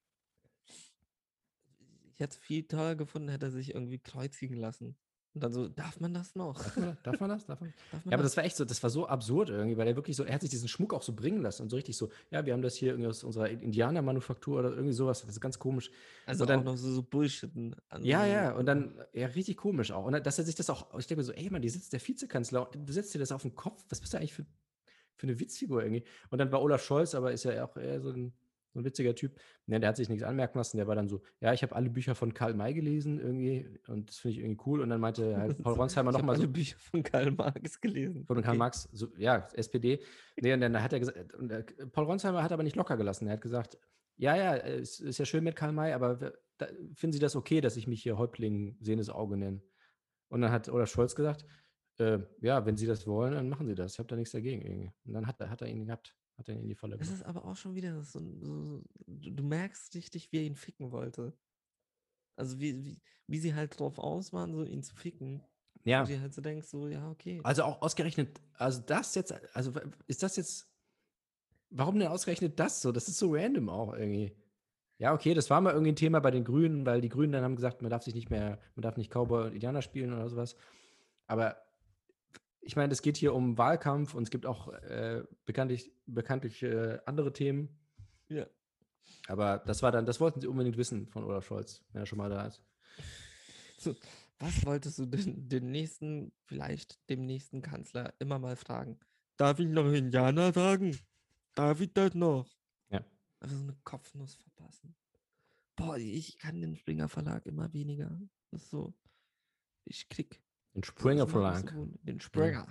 Ich hätte es viel toller gefunden, hätte er sich irgendwie kreuzigen lassen. Und dann so, darf man das noch? Darf man, das? darf man das? Darf man? Darf man Ja, aber das? das war echt so, das war so absurd irgendwie, weil er wirklich so, er hat sich diesen Schmuck auch so bringen lassen und so richtig so, ja, wir haben das hier irgendwie aus unserer Indianermanufaktur oder irgendwie sowas, das ist ganz komisch. Also Und dann- auch noch so, so Bullshitten. an Ja, so- ja, und dann, ja, richtig komisch auch. Und dann, dass er sich das auch, ich denke mir so, ey Mann, die sitzt der Vizekanzler, du setzt dir das auf den Kopf, was bist du eigentlich für, für eine Witzfigur irgendwie? Und dann war Olaf Scholz, aber ist ja auch eher so ein, so ein witziger Typ. Ne, der hat sich nichts anmerken lassen, der war dann so, ja, ich habe alle Bücher von Karl May gelesen irgendwie und das finde ich irgendwie cool. Und dann meinte halt Paul Ronsheimer Ich habe nochmal alle so, Bücher von Karl Marx gelesen. von Karl Okay. Marx, so, ja, S P D. Nee, und dann hat er gesagt, und, äh, Paul Ronsheimer hat aber nicht locker gelassen. Er hat gesagt, ja, ja, es ist ja schön mit Karl May, aber wir- da, finden Sie das okay, dass ich mich hier Häuptling sehendes Auge nenne? Und dann hat Olaf Scholz gesagt, äh, ja, wenn Sie das wollen, dann machen Sie das. Ich habe da nichts dagegen irgendwie. Und dann hat er, hat er ihn gehabt, hat er ihn in die Falle Das gebracht. ist aber auch schon wieder so, so du, du merkst richtig, wie er ihn ficken wollte. Also wie, wie, wie sie halt drauf aus waren, so ihn zu ficken. Ja, Und du halt so denkst, so, ja, okay. also auch ausgerechnet, also das jetzt, also w- ist das jetzt, warum denn ausgerechnet das so? Das ist so random auch irgendwie. Ja, okay, das war mal irgendwie ein Thema bei den Grünen, weil die Grünen dann haben gesagt, man darf sich nicht mehr, man darf nicht Cowboy und Indianer spielen oder sowas. Aber ich meine, es geht hier um Wahlkampf und es gibt auch äh, bekanntlich, bekanntlich äh, andere Themen. Ja. Aber das war dann, das wollten sie unbedingt wissen von Olaf Scholz, wenn er schon mal da ist. So, was wolltest du den, den nächsten, vielleicht dem nächsten Kanzler immer mal fragen? Darf ich noch Indianer sagen? Darf ich das noch? Ja. Also so eine Kopfnuss verpassen. Boah, ich kann den Springer Verlag immer weniger. Das ist so, ich krieg Den das Springer ist immer auch so Verlag. gut, den Springer.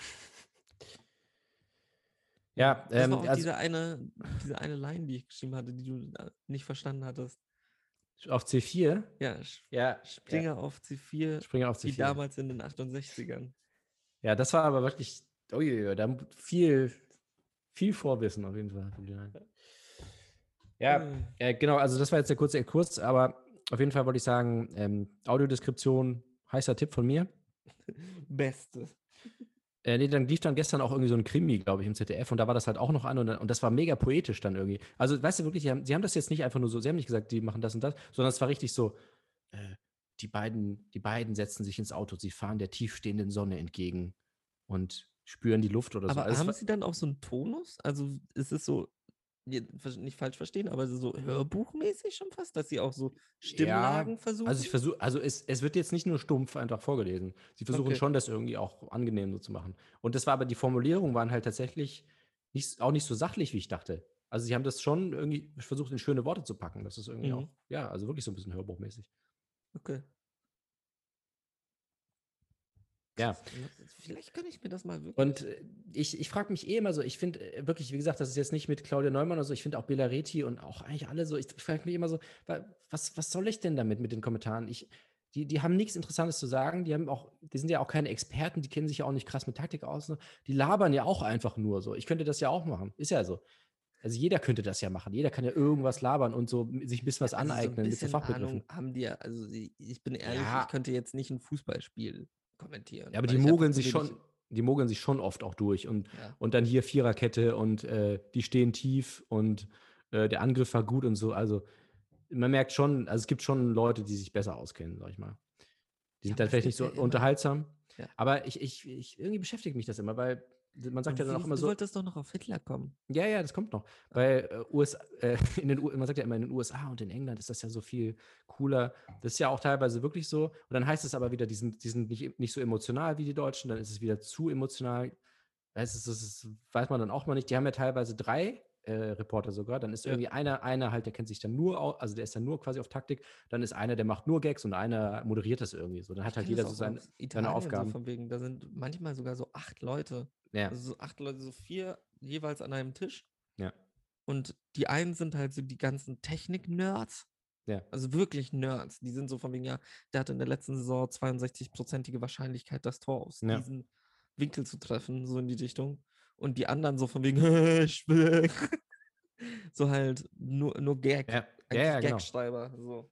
Ja, Das ähm, war auch also diese eine, diese eine Line, die ich geschrieben hatte, die du äh, nicht verstanden hattest. auf C vier. Ja, Sch- Ja, Springer auf C vier, Springer auf C wie vier. damals in den achtundsechzigern. Ja, das war aber wirklich, uiuiui, da viel, viel Vorwissen auf jeden Fall. Ja, Äh. äh, genau, also das war jetzt der kurze Exkurs, aber auf jeden Fall wollte ich sagen, ähm, Audiodeskription, heißer Tipp von mir. Beste. Äh, nee, dann lief dann gestern auch irgendwie so ein Krimi, glaube ich, im Z D F und da war das halt auch noch an und, und das war mega poetisch dann irgendwie. Also, weißt du wirklich, sie haben, sie haben das jetzt nicht einfach nur so, sie haben nicht gesagt, die machen das und das, sondern es war richtig so, äh, die beiden, die beiden setzen sich ins Auto, sie fahren der tiefstehenden Sonne entgegen und spüren die Luft oder so. Aber Also es haben war, sie dann auch so einen Tonus? Also ist es so je- ver- nicht falsch verstehen, aber so hörbuchmäßig schon fast, dass sie auch so Ja, Stimmlagen versuchen. also ich versuche, also es, es wird jetzt nicht nur stumpf einfach vorgelesen. Sie versuchen Okay. schon, das irgendwie auch angenehm so zu machen. Und das war aber, die Formulierungen waren halt tatsächlich nicht, auch nicht so sachlich, wie ich dachte. Also sie haben das schon irgendwie versucht, in schöne Worte zu packen. Das ist irgendwie Mhm. auch, ja, also wirklich so ein bisschen hörbuchmäßig. Okay. Ja. Krass. Vielleicht kann ich mir das mal wirklich. Und äh, ich, ich frage mich eh immer so, ich finde äh, wirklich, wie gesagt, das ist jetzt nicht mit Claudia Neumann oder so, ich finde auch Bela Reti und auch eigentlich alle so, ich frage mich immer so, wa- was, was soll ich denn damit mit den Kommentaren? Ich, die, die haben nichts Interessantes zu sagen, die haben auch, die sind ja auch keine Experten, die kennen sich ja auch nicht krass mit Taktik aus, ne? Die labern ja auch einfach nur so. Ich könnte das ja auch machen, ist ja so. Also jeder könnte das ja machen, jeder kann ja irgendwas labern und so sich ein bisschen was Also so ein aneignen mit so bisschen Fachbegriffen. Ahnung haben die ja. Also ich ich bin ehrlich, ich Ja, könnte jetzt nicht ein Fußballspiel kommentieren, Ja, aber weil die ich einfach mogeln zu sich wenig. schon, die mogeln sich schon oft auch durch und, Ja. und dann hier Viererkette und äh, die stehen tief und äh, der Angriff war gut und so. Also man merkt schon, also es gibt schon Leute, die sich besser auskennen, sag ich mal. Die Ja, sind aber dann es vielleicht nicht gibt ja so immer. unterhaltsam, Ja. aber ich, ich, ich irgendwie beschäftigt mich das immer, weil man sagt Du, ja dann auch wie, immer du so, wolltest doch noch auf Hitler kommen. ja, ja, das kommt noch. Ah. Bei äh, U S A, äh, in den U man sagt ja immer, in den U S A und in England ist das ja so viel cooler. Das ist ja auch teilweise wirklich so. Und dann heißt es aber wieder, die sind, die sind nicht, nicht so emotional wie die Deutschen, dann ist es wieder zu emotional. Das, ist, das ist, weiß man dann auch mal nicht. Die haben ja teilweise drei äh, Reporter sogar. Dann ist Ja. irgendwie einer, einer halt, der kennt sich dann nur, au- also der ist dann nur quasi auf Taktik. Dann ist einer, der macht nur Gags und einer moderiert das irgendwie so. Dann hat Ich halt kenne jeder das so auch seine, aus seine Italien, so Aufgaben. von wegen, da sind manchmal sogar so acht Leute. Ja, Also so acht Leute, so vier jeweils an einem Tisch. ja, Und die einen sind halt so die ganzen Technik-Nerds. ja. Also wirklich Nerds. Die sind so von wegen, ja, der hatte in der letzten Saison zweiundsechzig-prozentige Wahrscheinlichkeit, das Tor aus Ja. diesem Winkel zu treffen, so in die Richtung. Und die anderen so von wegen, ich will. So halt nur, nur Gag. Ja, ja, Eigentlich ja, genau. Gagschreiber. So.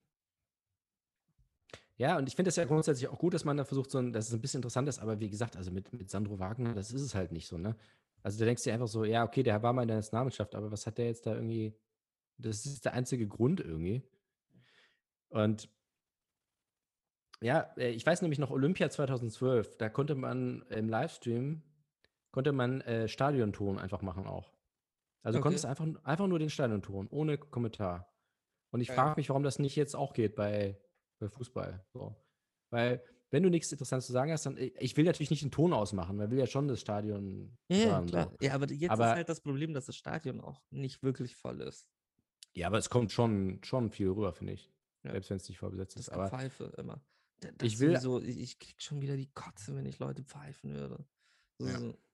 Ja, und ich finde das ja grundsätzlich auch gut, dass man da versucht, so ein, dass es ein bisschen interessant ist, aber wie gesagt, also mit, mit Sandro Wagner, das ist es halt nicht so, ne? Also da denkst du dir einfach so, ja, okay, der war mal in der Nationalmannschaft, aber was hat der jetzt da irgendwie, das ist der einzige Grund irgendwie. Und ja, äh, ich weiß nämlich noch Olympia zweitausendzwölf, da konnte man im Livestream, konnte man äh, Stadionton einfach machen auch. Also du Okay. konntest einfach, einfach nur den Stadionton, ohne Kommentar. Und ich Geil. frage mich, warum das nicht jetzt auch geht bei, bei Fußball. So. Weil, wenn du nichts Interessantes zu sagen hast, dann, ich will natürlich nicht den Ton ausmachen, man will ja schon das Stadion Ja, ja, hören. klar. So. Ja, aber jetzt Aber, ist halt das Problem, dass das Stadion auch nicht wirklich voll ist. ja, aber es kommt schon, schon viel rüber, finde ich. Ja. Selbst wenn es nicht voll besetzt Das ist. Aber Gepfeife immer. Da- Das ich will, sowieso, ich, ich krieg schon wieder die Kotze, wenn ich Leute pfeifen höre. So, Ja. so.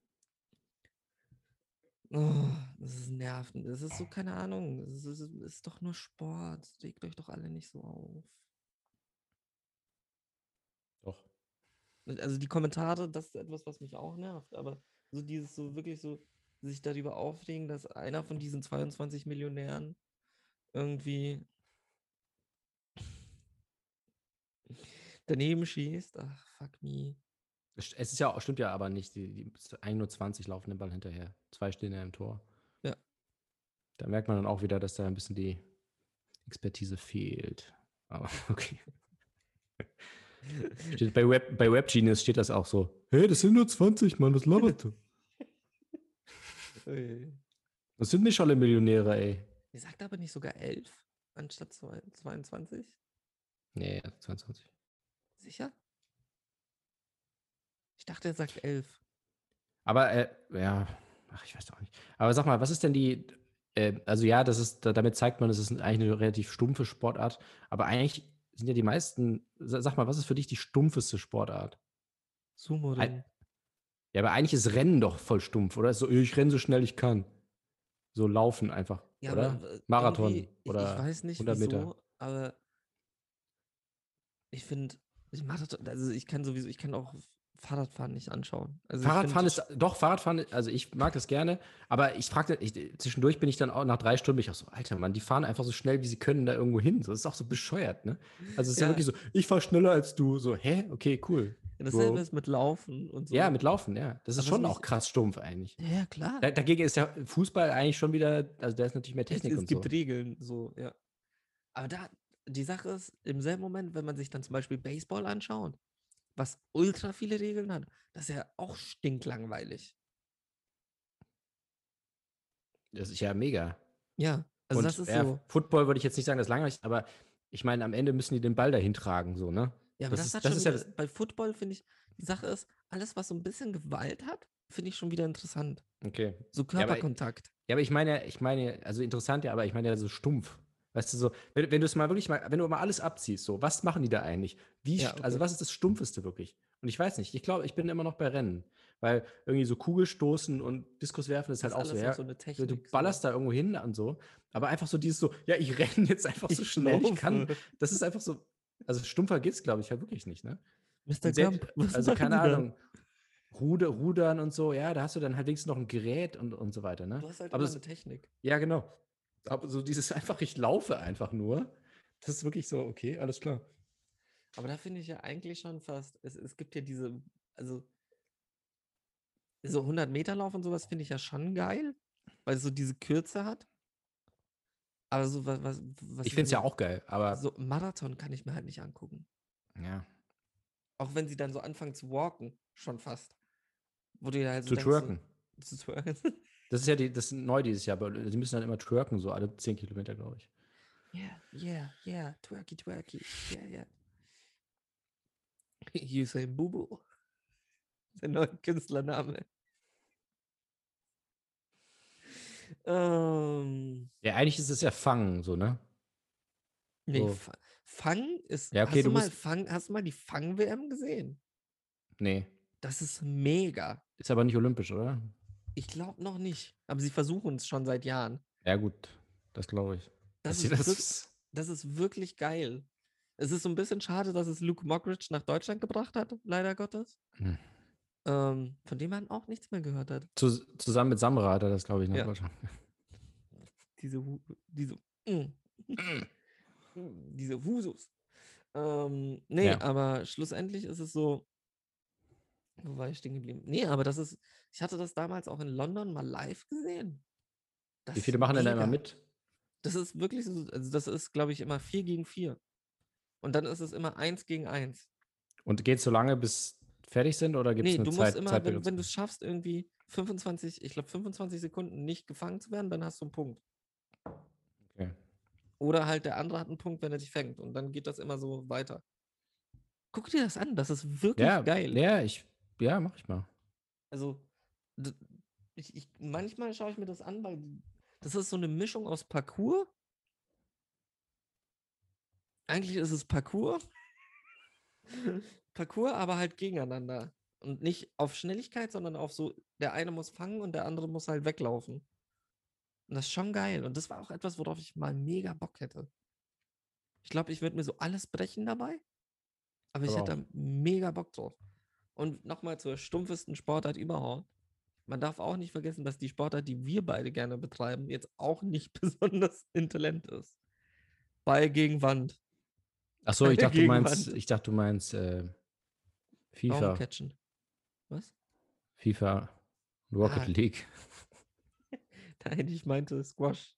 Oh, das ist nervend. Das ist so, keine Ahnung. Das ist, das ist, ist doch nur Sport. Regt euch doch alle nicht so auf. doch. Also die Kommentare, das ist etwas, was mich auch nervt. Aber so dieses so wirklich so, sich darüber aufregen, dass einer von diesen zweiundzwanzig Millionären irgendwie daneben schießt. Ach, fuck me. Es es ist ja, auch- stimmt ja aber nicht. Die, die, es sind eigentlich nur zwanzig laufen den Ball hinterher. Zwei stehen ja im Tor. Ja. Da merkt man dann auch wieder, dass da ein bisschen die Expertise fehlt. Aber okay. Steht bei, Web, bei WebGenius steht das auch so. Hey, das sind nur zwanzig, Mann, was labert du? Ui. Das sind nicht alle Millionäre, ey. Ihr sagt aber nicht sogar elf anstatt zwei- zweiundzwanzig? Nee, zweiundzwanzig. Sicher? Ich dachte, er sagt elf. Aber, äh, ja, ach, ich weiß auch nicht. Aber sag mal, was ist denn die, äh, also ja, das ist, da- damit zeigt man, es ist eigentlich eine relativ stumpfe Sportart, aber eigentlich sind ja die meisten, sa- sag mal, was ist für dich die stumpfeste Sportart? Sumo-Ring. Ein, ja, aber eigentlich ist Rennen doch voll stumpf, oder? Ist so, ich renne so schnell ich kann. So laufen einfach, Ja, oder? aber äh, Marathon irgendwie, ich, oder ich weiß nicht hundert wieso, Meter. aber ich finde, ich Marathon, also ich kann sowieso, ich kann auch Fahrradfahren nicht anschauen. Also ich Fahrradfahren find, ist, doch, Fahrradfahren, also ich mag das gerne, aber ich fragte, ich, zwischendurch bin ich dann auch nach drei Stunden, bin ich auch so, Alter, Mann, die fahren einfach so schnell, wie sie können, da irgendwo hin. So, das ist auch so bescheuert, ne? Also es ist ja, Ja. wirklich so, ich fahre schneller als du. So, hä? Okay, cool. dasselbe Bro. ist mit Laufen und so. Ja, mit Laufen, ja. Das ist Aber was schon mich- auch krass stumpf eigentlich. Ja, klar. Da, dagegen ist ja Fußball eigentlich schon wieder, also da ist natürlich mehr Es, Technik es und gibt so. Regeln, so, ja. Aber da, die Sache ist, im selben Moment, wenn man sich dann zum Beispiel Baseball anschaut, was ultra viele Regeln hat, das ist ja auch stinklangweilig. Das ist ja mega. Ja, also Und das ist ja, so. Football würde ich jetzt nicht sagen, das ist langweilig, aber ich meine, am Ende müssen die den Ball dahin tragen, so, ne? Ja, aber Das das, ist, hat das schon ist ja wieder, das. bei Football finde ich, die Sache ist, alles, was so ein bisschen Gewalt hat, finde ich schon wieder interessant. Okay. So Ja, aber, Körperkontakt. ja, aber ich meine, ich meine, also interessant ja, aber ich meine ja so stumpf. Weißt du, so, wenn, wenn du es mal wirklich mal, wenn du mal alles abziehst, so, was machen die da eigentlich? Wie, Ja, st- okay. also was ist das Stumpfeste wirklich? Und ich weiß nicht, ich glaube, ich bin immer noch bei Rennen. Weil irgendwie so Kugelstoßen und Diskuswerfen ist Das halt ist auch so, alles ja, noch so eine du, du Technik. So. ballerst da irgendwo hin und so, aber einfach so dieses so, ja, ich renne jetzt einfach so Ich schnell ich kann. laufe. Das ist einfach so, also stumpfer geht's, glaube ich, halt wirklich nicht, ne? Mister Und selbst, Gump, was also machen keine Sie da? Ahnung, Ruder, Rudern und so, ja, da hast du dann halt wenigstens noch ein Gerät und, und so weiter, ne? Du hast halt Aber immer es, eine Technik. ja, genau. Aber so dieses einfach, ich laufe einfach nur, das ist wirklich so, okay, alles klar. Aber da finde ich ja eigentlich schon fast, es, es gibt ja diese, also so hundert Meter Lauf und sowas finde ich ja schon geil, weil es so diese Kürze hat. Aber so was, was, was Ich finde es ja so, auch geil, aber so Marathon kann ich mir halt nicht angucken. ja. Auch wenn sie dann so anfangen zu walken, schon fast. Wo du ja halt so Zu denkst, twerken. So, zu twerken. Das ist ja die, das ist neu dieses Jahr, aber die müssen dann immer twerken, so alle zehn Kilometer, glaube ich. Yeah, yeah, yeah, twerky, twerky, yeah, yeah. Usain Bubu. Der neue Künstlername. Ähm, Ja, eigentlich ist es ja Fangen, so, ne? nee, So. Fa- Fang ist. Ja, okay, hast, du du mal musst- Fang, hast du mal die Fang-W M gesehen? Nee. Das ist mega. Ist aber nicht olympisch, oder? Ich glaube noch nicht. Aber sie versuchen es schon seit Jahren. Ja, gut. Das glaube ich. Das Dass sie ist, das wirk- das ist wirklich geil. Es ist so ein bisschen schade, dass es Luke Mockridge nach Deutschland gebracht hat, leider Gottes. Hm. Ähm, von dem man auch nichts mehr gehört hat. Zus- zusammen mit Samra hat er das, glaube ich, nach Ja. Deutschland. Diese, Hu- diese, mm, diese Husus. Ähm, nee, Ja. aber schlussendlich ist es so. Wo war ich stehen geblieben? Nee, aber das ist. Ich hatte das damals auch in London mal live gesehen. Das Wie viele ist machen denn da immer mega. mit? Das ist wirklich so, also das ist, glaube ich, immer vier gegen vier. Und dann ist es immer eins gegen eins. Und geht so lange, bis fertig sind, oder gibt es Nee, eine du musst Zeit, immer, wenn, Zeitbegrenzung? wenn du es schaffst, irgendwie fünfundzwanzig, ich glaube fünfundzwanzig Sekunden nicht gefangen zu werden, dann hast du einen Punkt. Okay. Oder halt der andere hat einen Punkt, wenn er dich fängt. Und dann geht das immer so weiter. Guck dir das an, das ist wirklich Ja, geil. ja, ich, ja, mach ich mal. Also, d- ich, ich, manchmal schaue ich mir das an, weil das ist so eine Mischung aus Parkour. Eigentlich ist es Parkour. Parkour, aber halt gegeneinander. Und nicht auf Schnelligkeit, sondern auf so, der eine muss fangen und der andere muss halt weglaufen. Und das ist schon geil. Und das war auch etwas, worauf ich mal mega Bock hätte. Ich glaube, ich würde mir so alles brechen dabei. Aber ich Aber hätte auch. da mega Bock drauf. Und nochmal zur stumpfesten Sportart überhaupt. Man darf auch nicht vergessen, dass die Sportart, die wir beide gerne betreiben, jetzt auch nicht besonders intelligent ist. Ball gegen Wand. Ach so, ich Ball dachte, du gegen meinst, Wand. ich dachte, du meinst äh, FIFA. Baumcatchen. Was? FIFA. Rocket Ah. League. Nein, ich meinte Squash.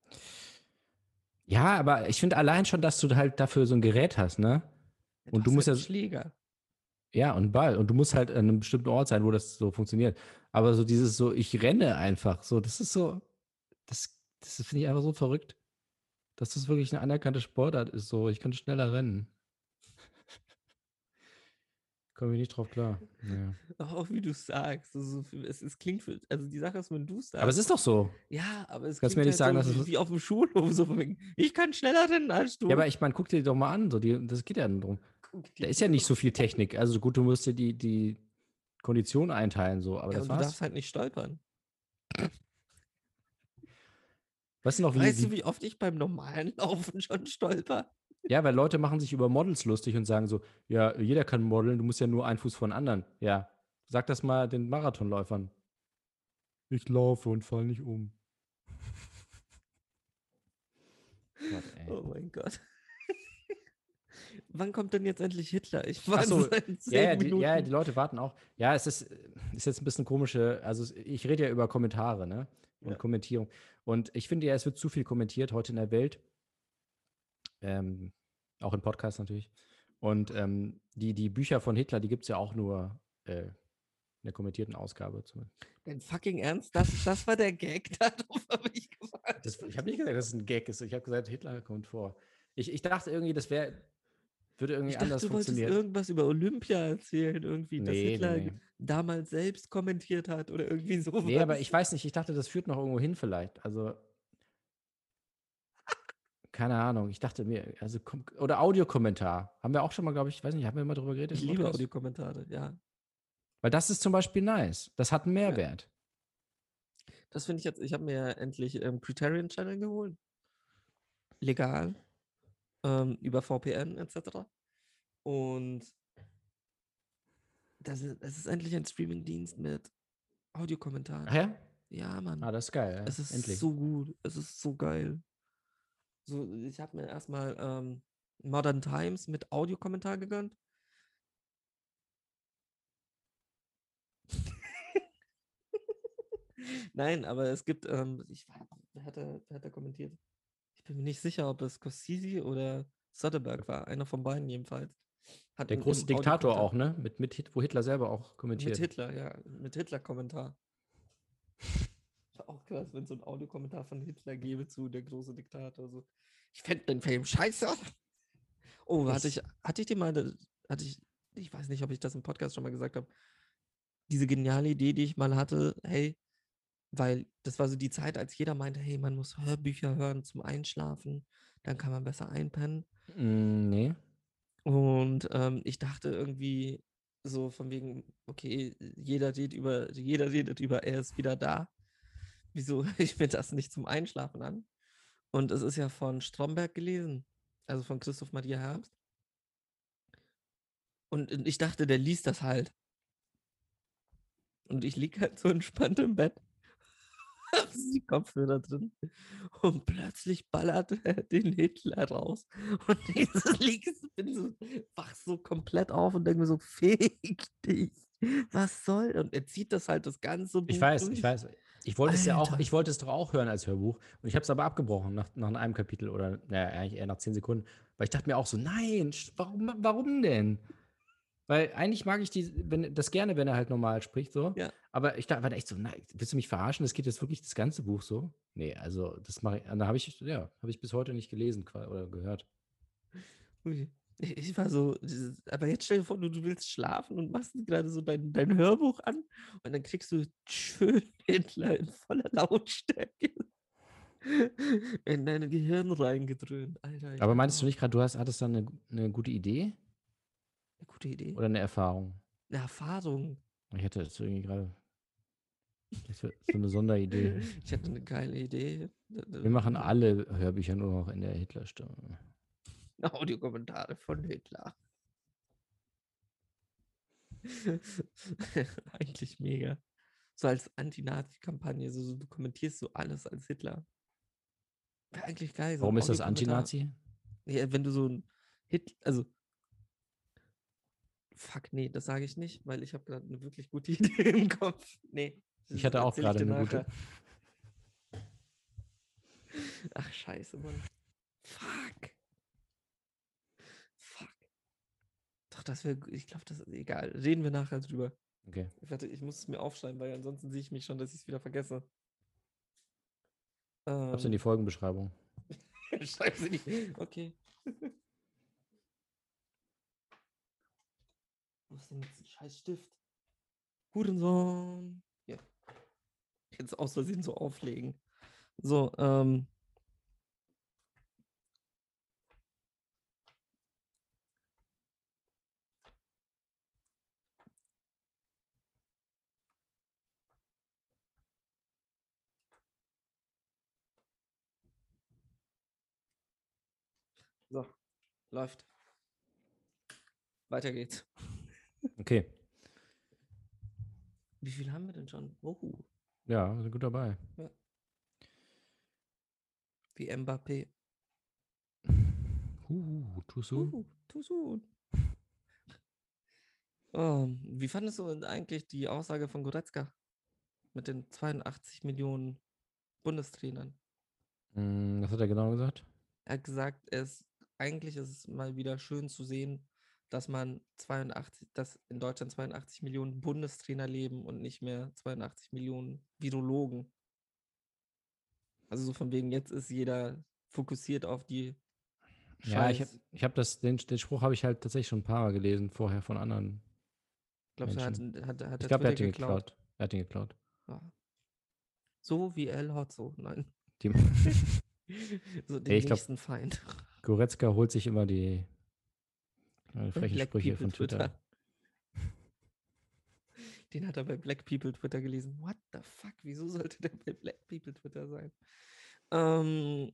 Ja, aber ich finde allein schon, dass du halt dafür so ein Gerät hast, ne? Ja, Und du hast musst halt ja- einen Schläger. Ja, und einen Ball. Und du musst halt an einem bestimmten Ort sein, wo das so funktioniert. Aber so dieses so, ich renne einfach, so, das ist so, das, das finde ich einfach so verrückt, dass das wirklich eine anerkannte Sportart ist. So, ich kann schneller rennen. Komme ich nicht drauf klar. Ja. Auch wie du es sagst. Also, es, es klingt für, also die Sache ist, wenn du es sagst. Aber es ist doch so. Ja, aber es Kannst klingt mir nicht halt sagen, so dass wie, es- wie auf dem Schulhof. So von wegen, ich kann schneller rennen als du. Ja, aber ich meine, guck dir die doch mal an. So, die, das geht ja drum. Guck Da dir ist ja die nicht doch- so viel Technik. Also gut, du musst dir die, die Kondition einteilen, so, aber Ja, das und du war's. darfst halt nicht stolpern. Weißt du noch, wie, Weißt wie du, wie oft ich beim normalen Laufen schon stolper? Ja, weil Leute machen sich über Models lustig und sagen so, ja, jeder kann modeln, du musst ja nur einen Fuß von anderen. Ja, sag das mal den Marathonläufern. Ich laufe und fall nicht um. Gott, ey. Oh mein Gott. Wann kommt denn jetzt endlich Hitler? Ich Ach warte so, seit ja, zehn ja, die, Minuten. ja, die Leute warten auch. Ja, es ist, ist jetzt ein bisschen komische, also ich rede ja über Kommentare, ne? Und Ja. Kommentierung. Und ich finde ja, es wird zu viel kommentiert heute in der Welt. Ähm, auch im Podcast natürlich. Und ähm, die, die Bücher von Hitler, die gibt es ja auch nur äh, in der kommentierten Ausgabe. Zum Dein fucking Ernst? Das, das war der Gag, darauf habe ich gewartet. Das, Ich habe nicht gesagt, dass es ein Gag ist. Ich habe gesagt, Hitler kommt vor. Ich, ich dachte irgendwie, das wäre, würde irgendwie Ich dachte, anders du wolltest funktionieren. irgendwas über Olympia erzählen, irgendwie, dass Nee, Hitler nee, nee. damals selbst kommentiert hat oder irgendwie sowas. Nee, aber ich weiß nicht, ich dachte, das führt noch irgendwo hin vielleicht. Also, keine Ahnung. Ich dachte mir, also, kom- oder Audiokommentar. Haben wir auch schon mal, glaube ich, weiß nicht, haben wir mal drüber geredet? Ich im liebe Podcast? Audiokommentare, ja. Weil das ist zum Beispiel nice. Das hat einen Mehrwert. Das finde ich jetzt, ich habe mir ja endlich ähm, Criterion Channel geholt. Legal. Ähm, über V P N et cetera. Und das ist, es ist endlich ein Streaming-Dienst mit Audiokommentaren. Ach ja? Ja, Mann. Ah, das ist geil, ja. Es ist Endlich. so gut. Es ist so geil. So, ich habe mir erstmal ähm, Modern Times mit Audiokommentar gegönnt. Nein, aber es gibt, ähm, ich war, wer hat, da, wer hat da kommentiert? Ich bin mir nicht sicher, ob es Scorsese oder Soderbergh war. Einer von beiden jedenfalls. Hat Der im- große im Diktator Audiokommentar- auch, ne? Mit, mit Hit, wo Hitler selber auch Mit kommentiert. Hitler, ja. Mit Hitler-Kommentar. War auch krass, wenn es so ein Audiokommentar von Hitler gäbe zu Der große Diktator. So. Ich fände den Film scheiße. Oh, hatte ich, Ich- hatte ich dir mal, das- hatte ich, ich weiß nicht, ob ich das im Podcast schon mal gesagt habe, diese geniale Idee, die ich mal hatte, hey, weil das war so die Zeit, als jeder meinte, hey, man muss Hörbücher hören zum Einschlafen, dann kann man besser einpennen. Mm, nee. Und ähm, ich dachte irgendwie so von wegen, okay, jeder redet über, jeder redet über, er ist wieder da. Wieso höre ich mir das nicht zum Einschlafen an? Und es ist ja von Stromberg gelesen, also von Christoph Maria Herbst. Und ich dachte, der liest das halt. Und ich liege halt so entspannt im Bett, hab die Kopfhörer drin und plötzlich ballert er den Hitler raus. Und ich so, lieg, bin so, wach so komplett auf und denke mir so, fick dich, was soll? Und er zieht das halt das ganze Buch Ich weiß, durch. ich weiß. Ich wollte es ja auch, Alter. ich wollte es doch auch hören als Hörbuch. Und ich habe es aber abgebrochen nach, nach einem Kapitel oder naja, eigentlich eher nach zehn Sekunden. Weil ich dachte mir auch so, nein, sch- warum, warum denn? Weil eigentlich mag ich die, wenn, das gerne, wenn er halt normal spricht, so. Ja. Aber ich dachte, war da echt so, nein, willst du mich verarschen? Das geht jetzt wirklich das ganze Buch so? Nee, also das mache ich, da habe ich, ja, habe ich bis heute nicht gelesen qua- oder gehört. Ui. Ich ich war so, dieses- aber jetzt stell dir vor, du, du willst schlafen und machst gerade so dein, dein Hörbuch an und dann kriegst du schön Hitler in voller Lautstärke in dein Gehirn reingedröhnt. Alter, ich Aber dachte, meinst du oh, nicht gerade, du hast, hattest da eine, eine gute Idee eine gute Idee. oder eine Erfahrung? Eine Erfahrung. Ich hatte jetzt irgendwie gerade so so eine Sonderidee. Ich hatte eine geile Idee. Wir machen alle Hörbücher nur noch in der Hitlerstimme. Audiokommentare von Hitler. Eigentlich mega. So als Anti-Nazi-Kampagne. So, so, du kommentierst so alles als Hitler. Wäre eigentlich geil. So Warum ein ist das Audiokommentar. Anti-Nazi? Ja, wenn du so ein Hit, also fuck, nee, das sage ich nicht, weil ich habe gerade eine wirklich gute Idee im Kopf. Nee. das Ich hatte auch erzähl ich gerade dir eine gute. nachher. Ach, scheiße, Mann. Fuck. Fuck. Doch, das wäre, ich glaube, das ist egal. Reden wir nachher drüber. Okay. Warte, ich muss es mir aufschreiben, weil ansonsten sehe ich mich schon, dass ich es wieder vergesse. Hab's in die Ähm, Folgenbeschreibung. Schreib sie nicht. Okay. Wo ist denn jetzt ein scheiß Stift? Hurensohn. Ja. Jetzt aus Versehen so auflegen. So, ähm. So, läuft. Weiter geht's. Okay. Wie viel haben wir denn schon? Oh, Ja, wir sind gut dabei. wie Mbappé. Uh, too soon. Uh, too soon. Ähm, wie fandest du denn eigentlich die Aussage von Goretzka mit den zweiundachtzig Millionen Bundestrainern? Hm, was hat er genau gesagt? Er hat gesagt, es, eigentlich ist es mal wieder schön zu sehen, dass man zweiundachtzig, dass in Deutschland zweiundachtzig Millionen Bundestrainer leben und nicht mehr zweiundachtzig Millionen Virologen. Also so von wegen, jetzt ist jeder fokussiert auf die Ja, ich habe Scheiß. ich hab das, den, den Spruch habe ich halt tatsächlich schon ein paar Mal gelesen, vorher von anderen Glaubst du, hat, Menschen. hat, hat Ich der glaube, er Twitter hat den geklaut? geklaut. Er hat den geklaut. Ja. So wie El Hotzo. Nein. Die, So den Nee, ich glaub- nächsten Feind. Goretzka holt sich immer die äh, frechen Black Sprüche People von Twitter. Den hat er bei Black People Twitter gelesen. What the fuck? Wieso sollte der bei Black People Twitter sein? Ähm,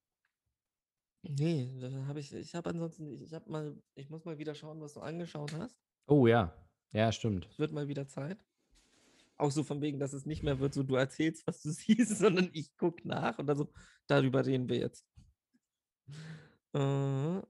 nee, da habe ich, ich habe ansonsten, ich habe mal, ich muss mal wieder schauen, was du angeschaut hast. Oh ja, ja, stimmt. Es wird mal wieder Zeit. Auch so von wegen, dass es nicht mehr wird, so du erzählst, was du siehst, sondern ich gucke nach und dann so, darüber reden wir jetzt. Äh,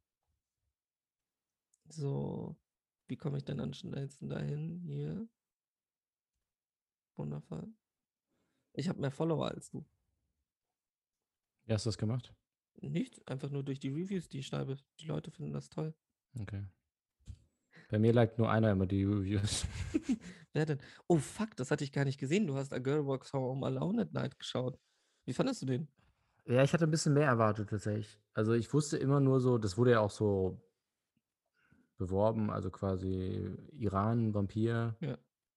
so, wie komme ich denn am schnellsten dahin? Hier. Wundervoll. Ich habe mehr Follower als du. Wie hast du das gemacht? Nichts, einfach nur durch die Reviews, die ich schreibe. Die Leute finden das toll. Okay. Bei mir liked nur einer immer die Reviews. Wer denn? Oh fuck, das hatte ich gar nicht gesehen. Du hast A Girl Walks Home Alone at Night geschaut. Wie fandest du den? Ja, ich hatte ein bisschen mehr erwartet tatsächlich. Also ich wusste immer nur so, das wurde ja auch so beworben, also quasi Iran, Vampir, Ja.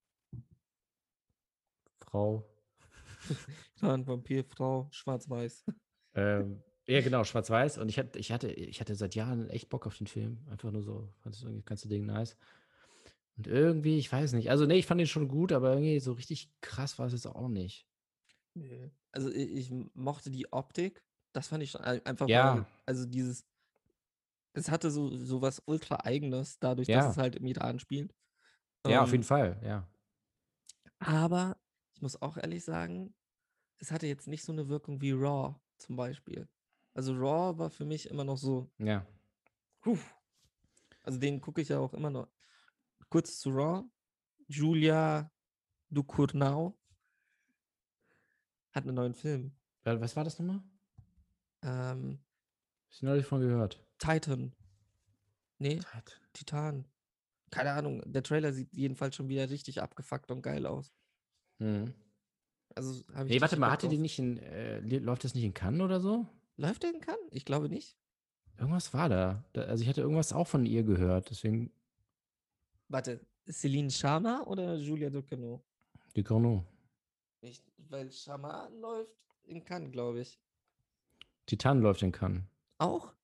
Frau. Dann Vampirfrau, schwarz-weiß. Ähm, ja, genau, schwarz-weiß. Und ich hatte, ich hatte, ich hatte seit Jahren echt Bock auf den Film. Einfach nur so, fand das irgendwie das ganze Ding nice. Und irgendwie, ich weiß nicht. Also, nee, ich fand den schon gut, aber irgendwie so richtig krass war es jetzt auch nicht. Nö. Also ich, ich mochte die Optik. Das fand ich schon ein- einfach, Ja. weil, also dieses, es hatte so, so was ultra eigenes, dadurch, dass Ja. es halt im Iran spielt. Ja, auf Ähm, jeden Fall, ja. Aber ich muss auch ehrlich sagen, es hatte jetzt nicht so eine Wirkung wie Raw zum Beispiel. Also Raw war für mich immer noch so, Ja. puh. Also den gucke ich ja auch immer noch. Kurz zu Raw. Julia Ducournau hat einen neuen Film. Wa- Was war das nochmal? Ähm, Hab ich neulich von gehört. Titan. Nee, Titan. Keine Ahnung. Der Trailer sieht jedenfalls schon wieder richtig abgefuckt und geil aus. Mhm. Also habe ich Nee, warte richtig mal, Bock hatte die drauf. nicht in, äh, li- läuft das nicht in Cannes oder so? Läuft der in Cannes? Ich glaube nicht. Irgendwas war da. da. Also ich hatte irgendwas auch von ihr gehört, deswegen Warte, Celine Sharma oder Julia Ducournau? die Corneau. Nicht, weil Sharma läuft in Cannes, glaube ich. Titan läuft in Cannes. Auch?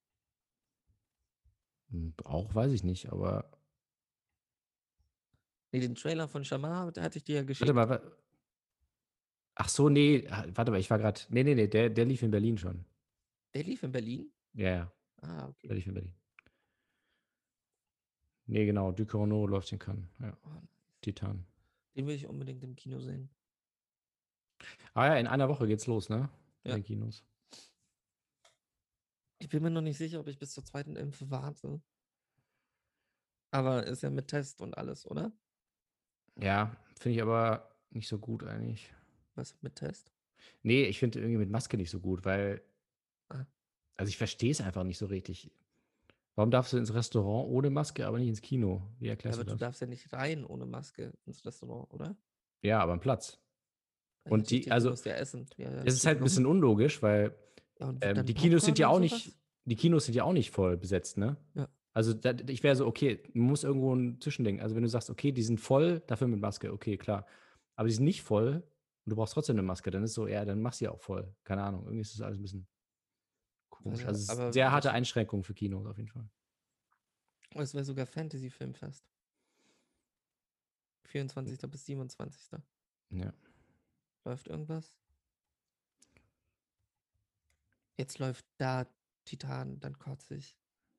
Hm, Auch weiß ich nicht, aber Nee, den Trailer von Sharma, da hatte ich dir ja warte geschickt. mal. wa- Ach so, nee, ah, warte mal, ich war gerade. Nee, nee, nee, der, der lief in Berlin schon. Der lief in Berlin? Ja, ja, Ah, der okay. lief in Berlin. Nee, genau, Du Corneau läuft in Cannes. Ja, Oh, nice. Titan. Den will ich unbedingt im Kino sehen. Ah ja, in einer Woche geht's los, ne? In Ja. den Kinos. Ich bin mir noch nicht sicher, ob ich bis zur zweiten Impfe warte. Aber ist ja mit Test und alles, oder? Ja, finde ich aber nicht so gut eigentlich. Was mit Test? Nee, ich finde irgendwie mit Maske nicht so gut, weil. Ah. Also ich verstehe es einfach nicht so richtig. Warum darfst du ins Restaurant ohne Maske, aber nicht ins Kino? Wie Ja, erklärst aber du du das? darfst ja nicht rein ohne Maske ins Restaurant, oder? Ja, aber am Platz. Ja, Und ich die, dachte, also, du musst ja essen. Ja, ja, es ist halt ein Entschuldigung. bisschen unlogisch, weil Ja, und ähm, dann die Kinos sind Popcorn ja und auch nicht, sowas? die Kinos sind ja auch nicht voll besetzt, ne? Ja. Also da, ich wäre so, okay, man muss irgendwo ein Zwischending. Also wenn du sagst, okay, die sind voll, dafür mit Maske, okay, klar. Aber die sind nicht voll und du brauchst trotzdem eine Maske, dann ist so, ja, dann mach sie auch voll. Keine Ahnung, irgendwie ist das alles ein bisschen komisch. Warte, Also es ist aber sehr harte warte. Einschränkungen für Kinos auf jeden Fall. Oh, es wäre sogar Fantasy-Filmfest. vierundzwanzigsten bis siebenundzwanzigsten Ja. Läuft irgendwas? Jetzt läuft da Titan, dann kotze ich.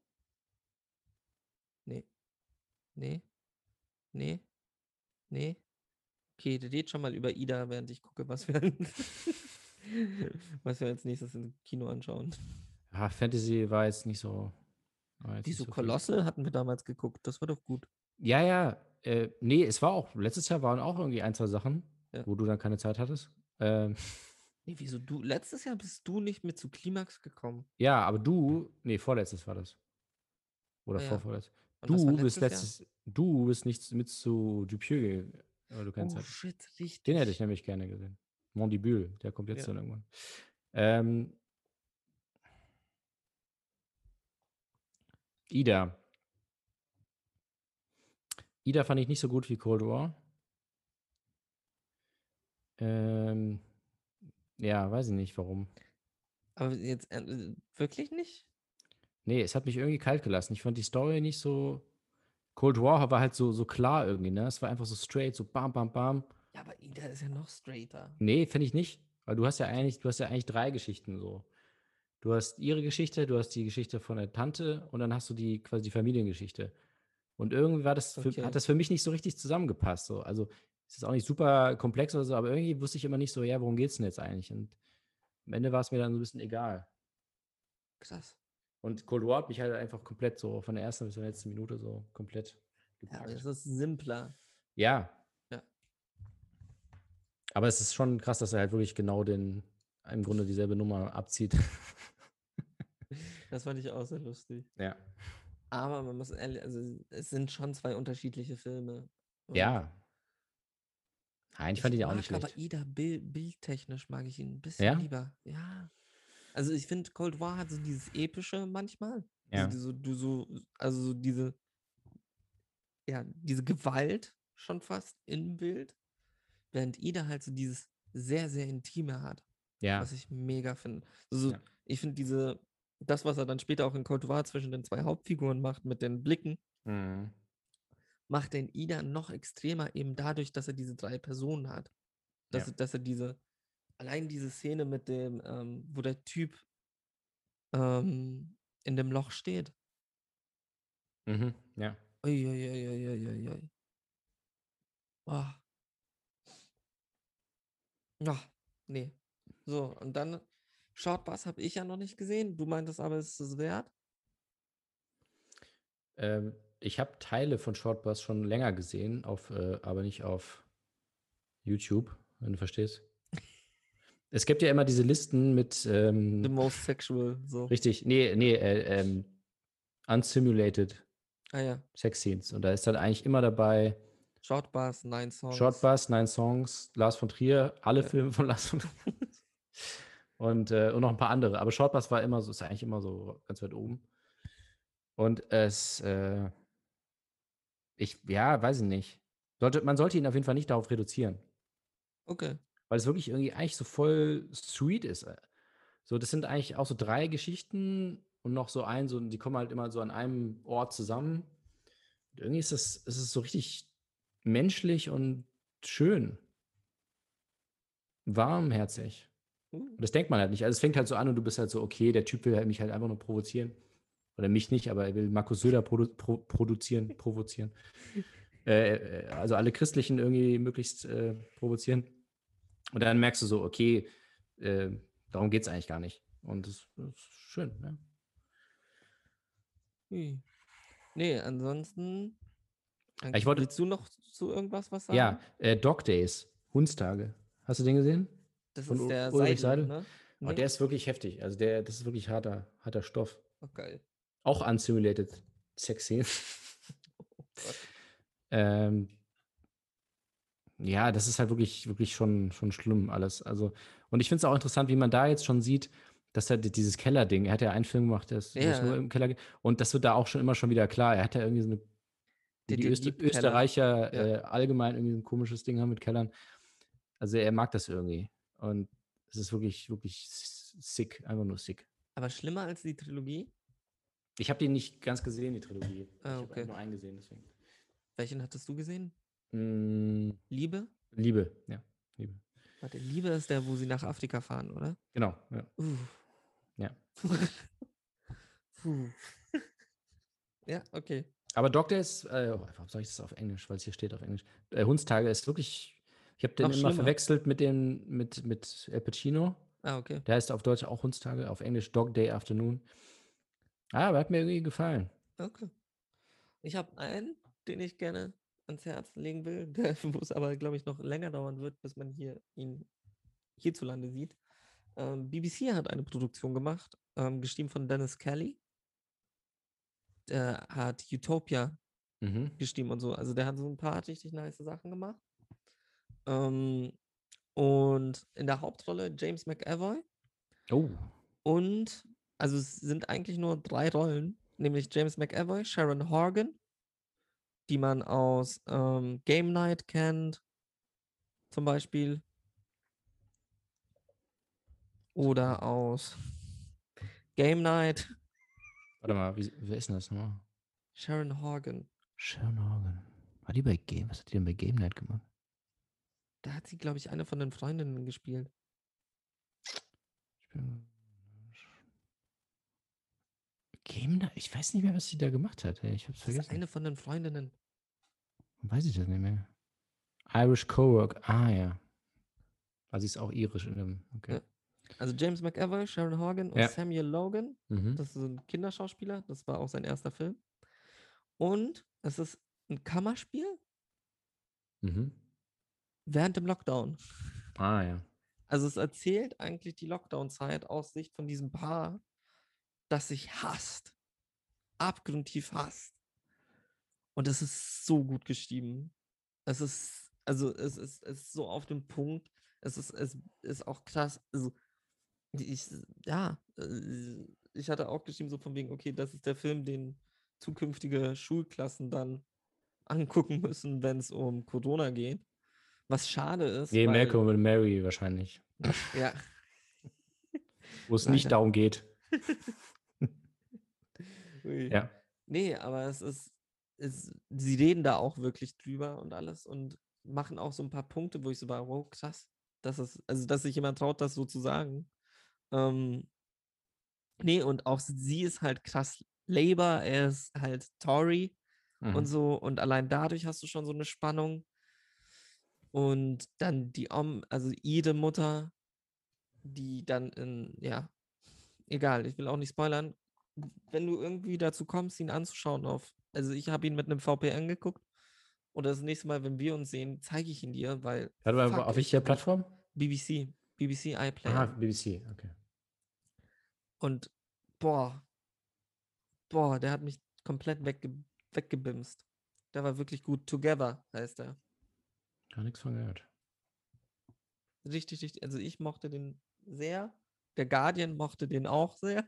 Nee. Nee. Nee. Nee. Okay, redet schon mal über Ida, während ich gucke, was wir, was wir als nächstes im Kino anschauen. Ja, Fantasy war jetzt nicht so. war jetzt nicht Wieso so viel. Kolosse hatten wir damals geguckt? Das war doch gut. Ja, ja. Äh, nee, es war auch, letztes Jahr waren auch irgendwie ein, zwei Sachen, Ja. wo du dann keine Zeit hattest. Ähm, Nee, wieso du? Letztes Jahr bist du nicht mit zu Klimax gekommen. ja, aber du, nee, vorletztes war das. Oder Ah ja. vorvorletztes. Und was war Du bist letztes letztes, du bist nicht mit zu Dupieux gegangen, weil du keine Oh Zeit hattest. shit, richtig. Den hätte ich nämlich gerne gesehen. Mondibule, der kommt jetzt Ja. dann irgendwann. Ähm, Ida. Ida fand ich nicht so gut wie Cold War. Ähm, ja, weiß ich nicht warum. Aber jetzt äh, wirklich nicht? Nee, es hat mich irgendwie kalt gelassen. Ich fand die Story nicht so. Cold War war halt so, so klar irgendwie, ne? Es war einfach so straight, so bam, bam, bam. Ja, aber Ida ist ja noch straighter. Nee, finde ich nicht. Weil du hast ja eigentlich, du hast ja eigentlich drei Geschichten so. Du hast ihre Geschichte, du hast die Geschichte von der Tante und dann hast du die quasi die Familiengeschichte. Und irgendwie war das für, Okay. hat das für mich nicht so richtig zusammengepasst. So. Also es ist auch nicht super komplex oder so, aber irgendwie wusste ich immer nicht so, ja, worum geht's denn jetzt eigentlich? Und am Ende war es mir dann so ein bisschen egal. Krass. Und Cold War hat mich halt einfach komplett so von der ersten bis zur letzten Minute so komplett Ja, aber gepackt. es ist simpler. Ja. Ja. Aber es ist schon krass, dass er halt wirklich genau den, im Grunde dieselbe Nummer abzieht. Das fand ich auch sehr lustig. Ja. Aber man muss ehrlich, also es sind schon zwei unterschiedliche Filme. Und Ja. Nein, ich fand ihn ja auch mag nicht schlecht. aber Ida Bild, bildtechnisch mag ich ihn ein bisschen Ja? lieber. Ja. Also ich finde, Cold War hat so dieses Epische manchmal. Ja. Also, du so, also so diese, ja, diese Gewalt schon fast im Bild. Während Ida halt so dieses sehr, sehr Intime hat. Ja. Was ich mega finde. Also, Ja. ich finde diese, das, was er dann später auch in Cold War zwischen den zwei Hauptfiguren macht, mit den Blicken, Mhm. macht den Ida noch extremer, eben dadurch, dass er diese drei Personen hat. Dass, Ja. er, dass er diese, allein diese Szene mit dem, ähm, wo der Typ ähm, in dem Loch steht. Mhm. Ja. Uiuiuiuiui. Oh. Ja, nee. So, und dann Shortbus habe ich ja noch nicht gesehen. Du meintest aber, es ist es wert. Ähm, ich habe Teile von Shortbus schon länger gesehen, auf, äh, aber nicht auf YouTube, wenn du verstehst. Es gibt ja immer diese Listen mit ähm, The most sexual, so. richtig, nee, nee, äh, ähm, unsimulated Ah ja. Sex Scenes. Und da ist dann eigentlich immer dabei Shortbus, nine Songs. Shortbus, Nine Songs, Lars von Trier, alle Ja. Filme von Lars von Trier. und, äh, und noch ein paar andere. Aber Shortbus war immer so, ist eigentlich immer so ganz weit oben. Und es, äh, ich, ja, weiß ich nicht. Sollte, man sollte ihn auf jeden Fall nicht darauf reduzieren. Okay. Weil es wirklich irgendwie eigentlich so voll sweet ist. äh. So, das sind eigentlich auch so drei Geschichten und noch so ein, so, die kommen halt immer so an einem Ort zusammen. Und irgendwie ist das, ist es so richtig menschlich und schön. Warmherzig. Uh, Und das denkt man halt nicht. Also es fängt halt so an und du bist halt so, okay, der Typ will halt mich halt einfach nur provozieren. Oder mich nicht, aber er will Markus Söder produ pro produzieren, provozieren. Äh, äh, also alle Christlichen irgendwie möglichst äh, provozieren. Und dann merkst du so, okay, äh, darum geht es eigentlich gar nicht. Und das, das ist schön, ne? hui. Nee, ansonsten. Ja, ich wollte, Willst du noch zu irgendwas was sagen? ja, äh, Dog Days, Hundstage. Hast du den gesehen? Das Von ist Ul- der Ulrich Seidel, Seidel? ne? Oh, Nee? der ist wirklich heftig. Also der, das ist wirklich harter, harter Stoff. Oh, geil. Auch unsimulated Sex-Szenen. Oh Gott. ähm, ja, das ist halt wirklich, wirklich schon, schon schlimm alles. Also, und ich finde es auch interessant, wie man da jetzt schon sieht, dass er di- dieses Keller-Ding, er hat ja einen Film gemacht, der ist, wo es Ja. nur im Keller geht. Und das wird da auch schon immer schon wieder klar. Er hat ja irgendwie so eine, wie Der- die der Öster liebt Keller. Österreicher Ja. äh, allgemein irgendwie so ein komisches Ding haben mit Kellern. Also er mag das irgendwie. Und es ist wirklich, wirklich sick, einfach nur sick. Aber schlimmer als die Trilogie? Ich habe die nicht ganz gesehen, die Trilogie. Ah, Ich habe okay. nur einen gesehen, deswegen. Welchen hattest du gesehen? Mm, Liebe? Liebe, ja, Liebe. Warte, Liebe ist der, wo sie nach Afrika fahren, oder? Genau, ja. Uh. Ja. Puh. Ja, okay. Aber Dog Days, äh, warum sage ich das auf Englisch? Weil es hier steht auf Englisch. Äh, Hundstage ist wirklich, ich habe den Noch immer schlimmer. verwechselt mit dem, mit, mit Al Pacino. Ah, okay. Der heißt auf Deutsch auch Hundstage, auf Englisch Dog Day Afternoon. Ah, aber hat mir irgendwie gefallen. Okay. Ich habe einen, den ich gerne ans Herz legen will, der, wo es aber, glaube ich, noch länger dauern wird, bis man hier ihn hierzulande sieht. Ähm, B B C hat eine Produktion gemacht, ähm, geschrieben von Dennis Kelly. Der hat Utopia Mhm. geschrieben und so. Also der hat so ein paar richtig nice Sachen gemacht. Ähm, und in der Hauptrolle James McAvoy. Oh. Und, also es sind eigentlich nur drei Rollen, nämlich James McAvoy, Sharon Horgan, die man aus ähm, Game Night kennt, zum Beispiel. Oder aus Game Night, Warte mal, wie, wer ist denn das nochmal? Sharon Horgan. Sharon Horgan. War die bei Game? Was hat die denn bei Game Night gemacht? Da hat sie, glaube ich, eine von den Freundinnen gespielt. Ich bin... Game Night? Ich weiß nicht mehr, was sie da gemacht hat. Ey. Ich hab's Das ist vergessen. eine von den Freundinnen. Weiß ich das nicht mehr. Irish Cowork. Ah, ja. Also sie ist auch irisch in dem. Okay. Ja. Also James McAvoy, Sharon Horgan und Ja. Samuel Logan. Mhm. Das ist ein Kinderschauspieler. Das war auch sein erster Film. Und es ist ein Kammerspiel Mhm. während dem Lockdown. Ah, ja. Also es erzählt eigentlich die Lockdown-Zeit aus Sicht von diesem Paar, das sich hasst. Abgrundtief hasst. Und es ist so gut geschrieben. Es ist, also es ist, es ist so auf den Punkt. Es ist, es ist auch krass. Also ich, ja, äh, ich hatte auch geschrieben, so von wegen, okay, das ist der Film, den zukünftige Schulklassen dann angucken müssen, wenn es um Corona geht. Was schade ist, Nee, weil, Malcolm und Mary wahrscheinlich. ja, Wo es Leider. nicht darum geht. ui. Ja. Nee, aber es ist, es, sie reden da auch wirklich drüber und alles und machen auch so ein paar Punkte, wo ich so war, wow, krass, dass es, also dass sich jemand traut, das so zu sagen. Ähm, nee, und auch sie ist halt krass Labour, er ist halt Tory Mhm. und so, und allein dadurch hast du schon so eine Spannung. Und dann die Om, also ihre Mutter, die dann in, ja, egal, ich will auch nicht spoilern. Wenn du irgendwie dazu kommst, ihn anzuschauen auf, also ich habe ihn mit einem V P N geguckt und das nächste Mal, wenn wir uns sehen, zeige ich ihn dir, weil Warte mal, fuck, auf ist welcher der gut. Plattform? B B C, B B C Aha, iPlayer. B B C, okay. Und boah, boah, der hat mich komplett wegge weggebimst. Der war wirklich gut. Together heißt er. Gar nichts von gehört. Richtig, richtig. Also ich mochte den sehr. Der Guardian mochte den auch sehr.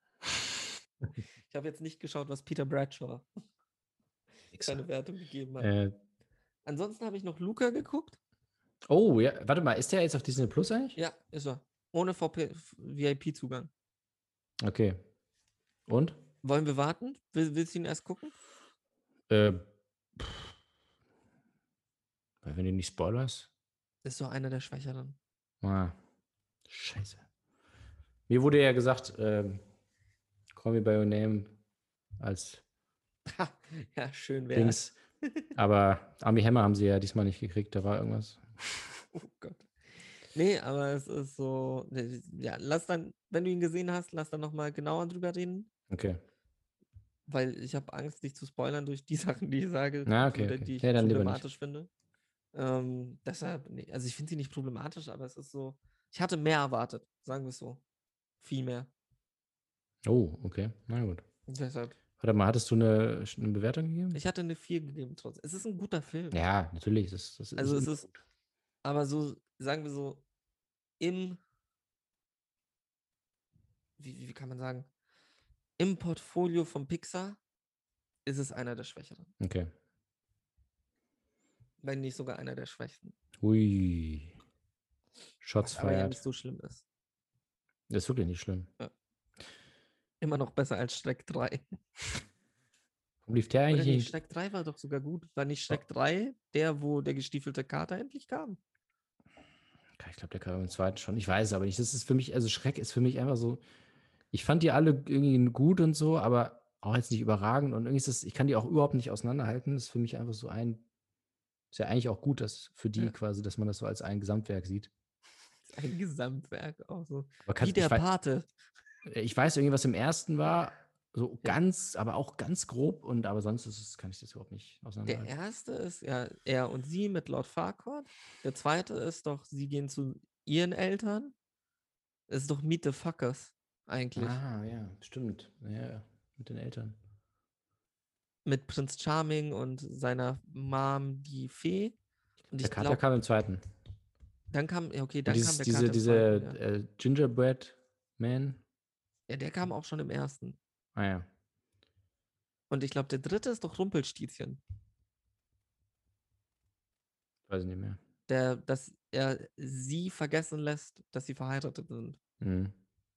Ich habe jetzt nicht geschaut, was Peter Bradshaw seine Wertung gegeben hat. Äh, Ansonsten habe ich noch Luca geguckt. oh, ja, warte mal, ist der jetzt auf Disney Plus eigentlich? Ja, ist er. Ohne V P V I P-Zugang. Okay. Und? Wollen wir warten? Will, willst du ihn erst gucken? Äh, pff. Weil wenn du nicht spoilerst. Ist so einer der Schwächeren. Ah, scheiße. Mir wurde ja gesagt, ähm, Call Me By Your Name als Ha, ja, schön wäre. Dings. Aber Armie Hammer haben sie ja diesmal nicht gekriegt, da war irgendwas. Oh Gott. Nee, aber es ist so, ja, lass dann, wenn du ihn gesehen hast, lass dann nochmal genauer drüber reden, Okay. weil ich habe Angst, dich zu spoilern durch die Sachen, die ich sage, Na, okay, die, okay. die ich Ja, dann lieber problematisch finde. Ähm, deshalb, nee, also ich finde sie nicht problematisch, aber es ist so, ich hatte mehr erwartet, sagen wir es so. Viel mehr. Oh, okay. Na gut. Deshalb, Warte mal, hattest du eine, eine Bewertung gegeben? ich hatte eine vier gegeben trotzdem. Es ist ein guter Film. Ja, natürlich. Das, das Also es immer ist, gut. aber so, sagen wir so, im, wie, wie kann man sagen, im Portfolio von Pixar ist es einer der Schwächeren. Okay. Wenn nicht sogar einer der Schwächsten. Ui. Shots Was aber ja fired. nicht so schlimm ist. Das ist wirklich nicht schlimm. Immer noch besser als Shrek drei. Warum lief der Oder eigentlich nee, nicht? Shrek drei war doch sogar gut. War nicht Shrek drei der, wo der gestiefelte Kater endlich kam? Ich glaube, der kam im zweiten schon. Ich weiß es aber nicht. Das ist für mich, also Schreck ist für mich einfach so. Ich fand die alle irgendwie gut und so, aber auch jetzt nicht überragend. Und irgendwie ist das, ich kann die auch überhaupt nicht auseinanderhalten. Das ist für mich einfach so ein, ist ja eigentlich auch gut, dass für die Ja. quasi, dass man das so als ein Gesamtwerk sieht. Das ist ein Gesamtwerk auch so. Aber Wie kannst, der ich, weiß, Pate. ich weiß irgendwie, was im ersten war, so Ja. ganz, aber auch ganz grob. Und aber sonst ist es, kann ich das überhaupt nicht Der auseinanderhalten. erste ist ja er und sie mit Lord Farquaad. Der zweite ist doch, sie gehen zu ihren Eltern. Das ist doch Meet the Fuckers eigentlich. Ah, ja, stimmt. Ja, mit den Eltern. Mit Prinz Charming und seiner Mom, die Fee. Und Der ich Kater glaube, kam im zweiten. dann kam, ja, okay, Und dann dieses, kam der diese, Kater im diese zweiten, ja. äh, Gingerbread Man? Ja, der kam auch schon im ersten. Ah ja. Und ich glaube, der dritte ist doch Rumpelstilzchen. Weiß ich nicht mehr. Der, dass er sie vergessen lässt, dass sie verheiratet sind. Mhm.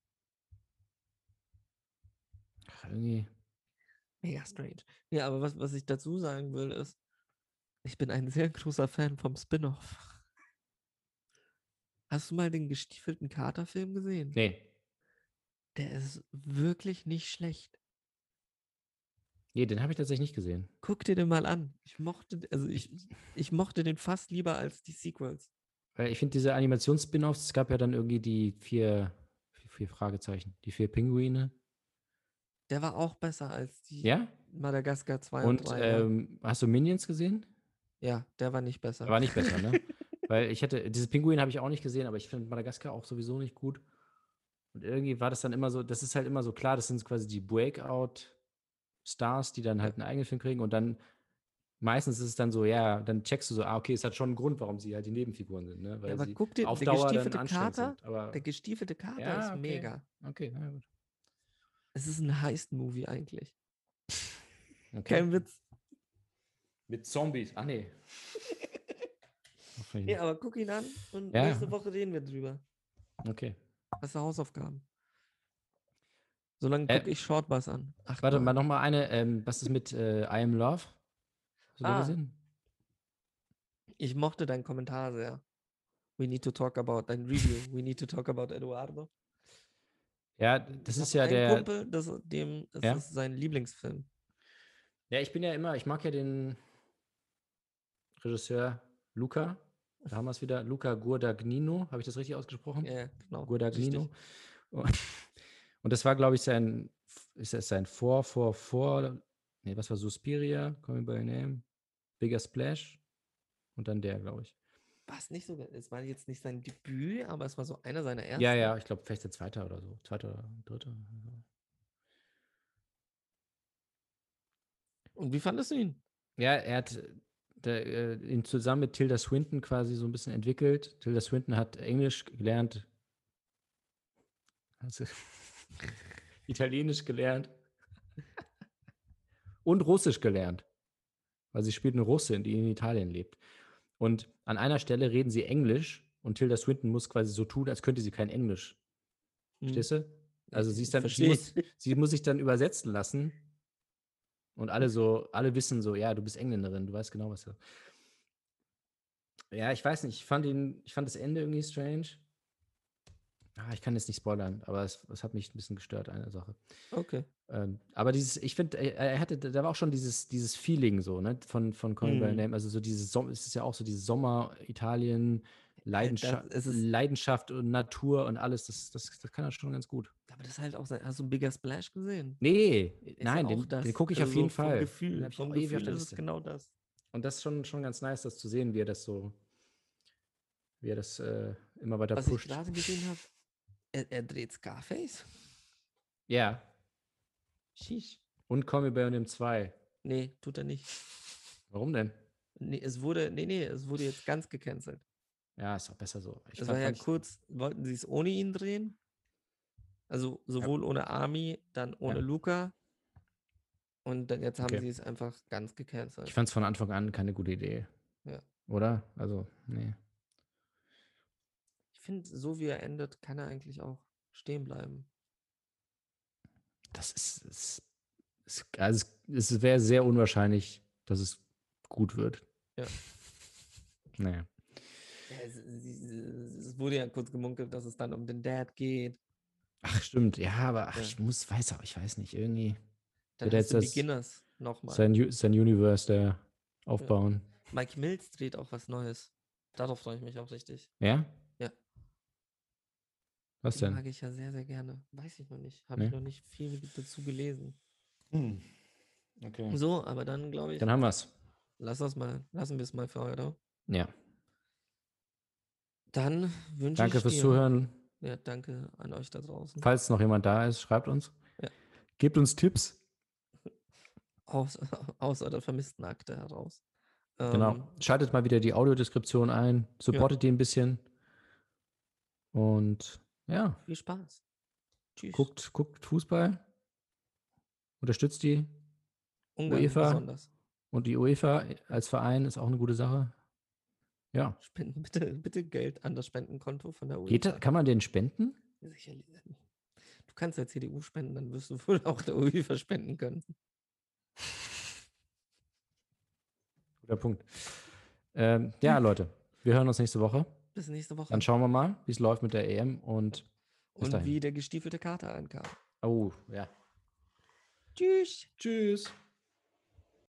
Ach, irgendwie. Mega strange. Ja, aber was, was ich dazu sagen will, ist, ich bin ein sehr großer Fan vom Spin-off. Hast du mal den gestiefelten Kater-Film gesehen? Nee. Der ist wirklich nicht schlecht. Nee, den habe ich tatsächlich nicht gesehen. Guck dir den mal an. Ich mochte, also ich, ich mochte den fast lieber als die Sequels. Weil ich finde diese Animations-Spin-Offs, es gab ja dann irgendwie die vier, vier, vier Fragezeichen, die vier Pinguine. Der war auch besser als die Ja? Madagaskar zwei und Und drei. Ja. ähm, hast du Minions gesehen? ja, der war nicht besser. Der war nicht besser, ne? Weil ich hätte, diese Pinguine habe ich auch nicht gesehen, aber ich finde Madagaskar auch sowieso nicht gut. Und irgendwie war das dann immer so, das ist halt immer so klar, das sind quasi die Breakout-Stars, die dann halt einen eigenen Film kriegen und dann meistens ist es dann so, ja, dann checkst du so, ah, okay, es hat schon einen Grund, warum sie halt die Nebenfiguren sind, ne? Weil Ja, aber sie guck dir, auf der Dauer dann gestiefelte anstrengend Kater, sind. Aber der gestiefelte Kater ja, ist okay. mega. Okay, na gut. Es ist ein Heist-Movie eigentlich. Okay. Kein Witz. Mit Zombies. Ach nee. Nee, aber guck ihn an und Ja. nächste Woche reden wir drüber. Okay. Hast du Hausaufgaben? Solange Äh, gucke ich Shortbus an. Acht Warte mal, Mal. nochmal eine. Ähm, was ist mit äh, I Am Love? Hast du den Ah. gesehen? Ich mochte deinen Kommentar sehr. We need to talk about, dein Review. We need to talk about Eduardo. Ja, das Ich ist hab ja einen der. Kumpel, das, dem das Ja? ist sein Lieblingsfilm. Ja, ich bin ja immer, ich mag ja den Regisseur Luca. Da haben wir es wieder. Luca Guadagnino. Habe ich das richtig ausgesprochen? Ja, genau. Guadagnino. Richtig. Und, und das war, glaube ich, sein, ist das sein Vor, Vor, Vor, nee, was war Suspiria, Call Me By Your Name, Bigger Splash und dann der, glaube ich. War es nicht so, es war jetzt nicht sein Debüt, aber es war so einer seiner ersten. Ja, ja, ich glaube, vielleicht der zweite oder so. Zweiter oder dritter. Und wie fandest du ihn? Ja, er hat der, äh, ihn zusammen mit Tilda Swinton quasi so ein bisschen entwickelt. Tilda Swinton hat Englisch gelernt. Also, Italienisch gelernt. Und Russisch gelernt. Weil sie spielt eine Russin, die in Italien lebt. Und an einer Stelle reden sie Englisch und Tilda Swinton muss quasi so tun, als könnte sie kein Englisch. Hm. Verstehst du? Also sie, ist dann, sie, Versteh. muss, sie muss sich dann übersetzen lassen. Und alle so, alle wissen so, ja, du bist Engländerin, du weißt genau, was du. Ja, ich weiß nicht, ich fand ihn, ich fand das Ende irgendwie strange. Ah, ich kann jetzt nicht spoilern, aber es, es hat mich ein bisschen gestört, eine Sache. Okay. Ähm, aber dieses, ich finde, er, er hatte, da war auch schon dieses, dieses Feeling so, ne, von, von Call Me By Your Mhm. Name, also so dieses Sommer, es ist ja auch so dieses Sommer, Italien, Leidenschaft, das- es ist- Leidenschaft und Natur und alles, das, das, das kann er schon ganz gut. Aber das ist halt auch sein. Hast du Bigger Splash gesehen? Nee, Ist nein, ja auch den, das. den gucke ich Also auf jeden so vom Fall. Gefühl, Den hab ich vom auch ewig auf Gefühl der ist es Liste. genau das. Und das ist schon, schon ganz nice, das zu sehen, wie er das so, wie er das äh, immer weiter Was pusht. ich gerade gesehen habe, er, er dreht Scarface? Ja. Sheesh. Und Call Me By Your Name zwei. Nee, tut er nicht. Warum denn? Nee, es wurde, nee, nee, es wurde jetzt ganz gecancelt. Ja, ist auch besser so. Ich Es fand- war ja fand ich- kurz, wollten sie es ohne ihn drehen? Also sowohl ohne Army, dann ohne Ja. Luca. Und dann jetzt haben Okay. sie es einfach ganz gecancelt. Ich fand es von Anfang an keine gute Idee. Ja. Oder? Also, nee. Ich finde, so wie er endet, kann er eigentlich auch stehen bleiben. Das ist, ist, ist also es, es wäre sehr unwahrscheinlich, dass es gut wird. Ja. Naja. Ja, es, es, es wurde ja kurz gemunkelt, dass es dann um den Dad geht. Ach, stimmt. Ja, aber ach, Ja. ich muss, weiß auch, ich weiß nicht, irgendwie Dann Wird er hast du jetzt das- Beginners nochmal. sein, U- sein Universe da aufbauen. Mike Mills dreht auch was Neues. Darauf freue ich mich auch richtig. Ja? Ja. Was Den denn? mag ich ja sehr, sehr gerne. Weiß ich noch nicht. Habe Nee? ich noch nicht viel dazu gelesen. Hm. Okay. So, aber dann glaube ich, Dann haben wir es. lass das mal, lassen wir es mal für heute. Ja. Dann wünsche Danke ich fürs dir, Zuhören. Ja, danke an euch da draußen. Falls noch jemand da ist, schreibt uns. Ja. Gebt uns Tipps. Aus, aus eurer vermissten Akte heraus. Genau. Ähm, Schaltet mal wieder die Audiodeskription ein. Supportet die ein bisschen. Und ja, Viel Spaß. Tschüss. Guckt, guckt Fußball. Unterstützt die. Ungarn UEFA. besonders. Und die UEFA als Verein ist auch eine gute Sache. Ja. Spenden bitte, bitte Geld an das Spendenkonto von der UEFA. Geht da, kann man den spenden? Sicherlich. Du kannst der C D U spenden, dann wirst du wohl auch der UEFA spenden können. Guter Punkt. Ähm, ja, Leute, wir hören uns nächste Woche. Bis nächste Woche. Dann schauen wir mal, wie es läuft mit der E M und bis Und dahin. wie der gestiefelte Kater ankam. Oh, ja. Tschüss. Tschüss.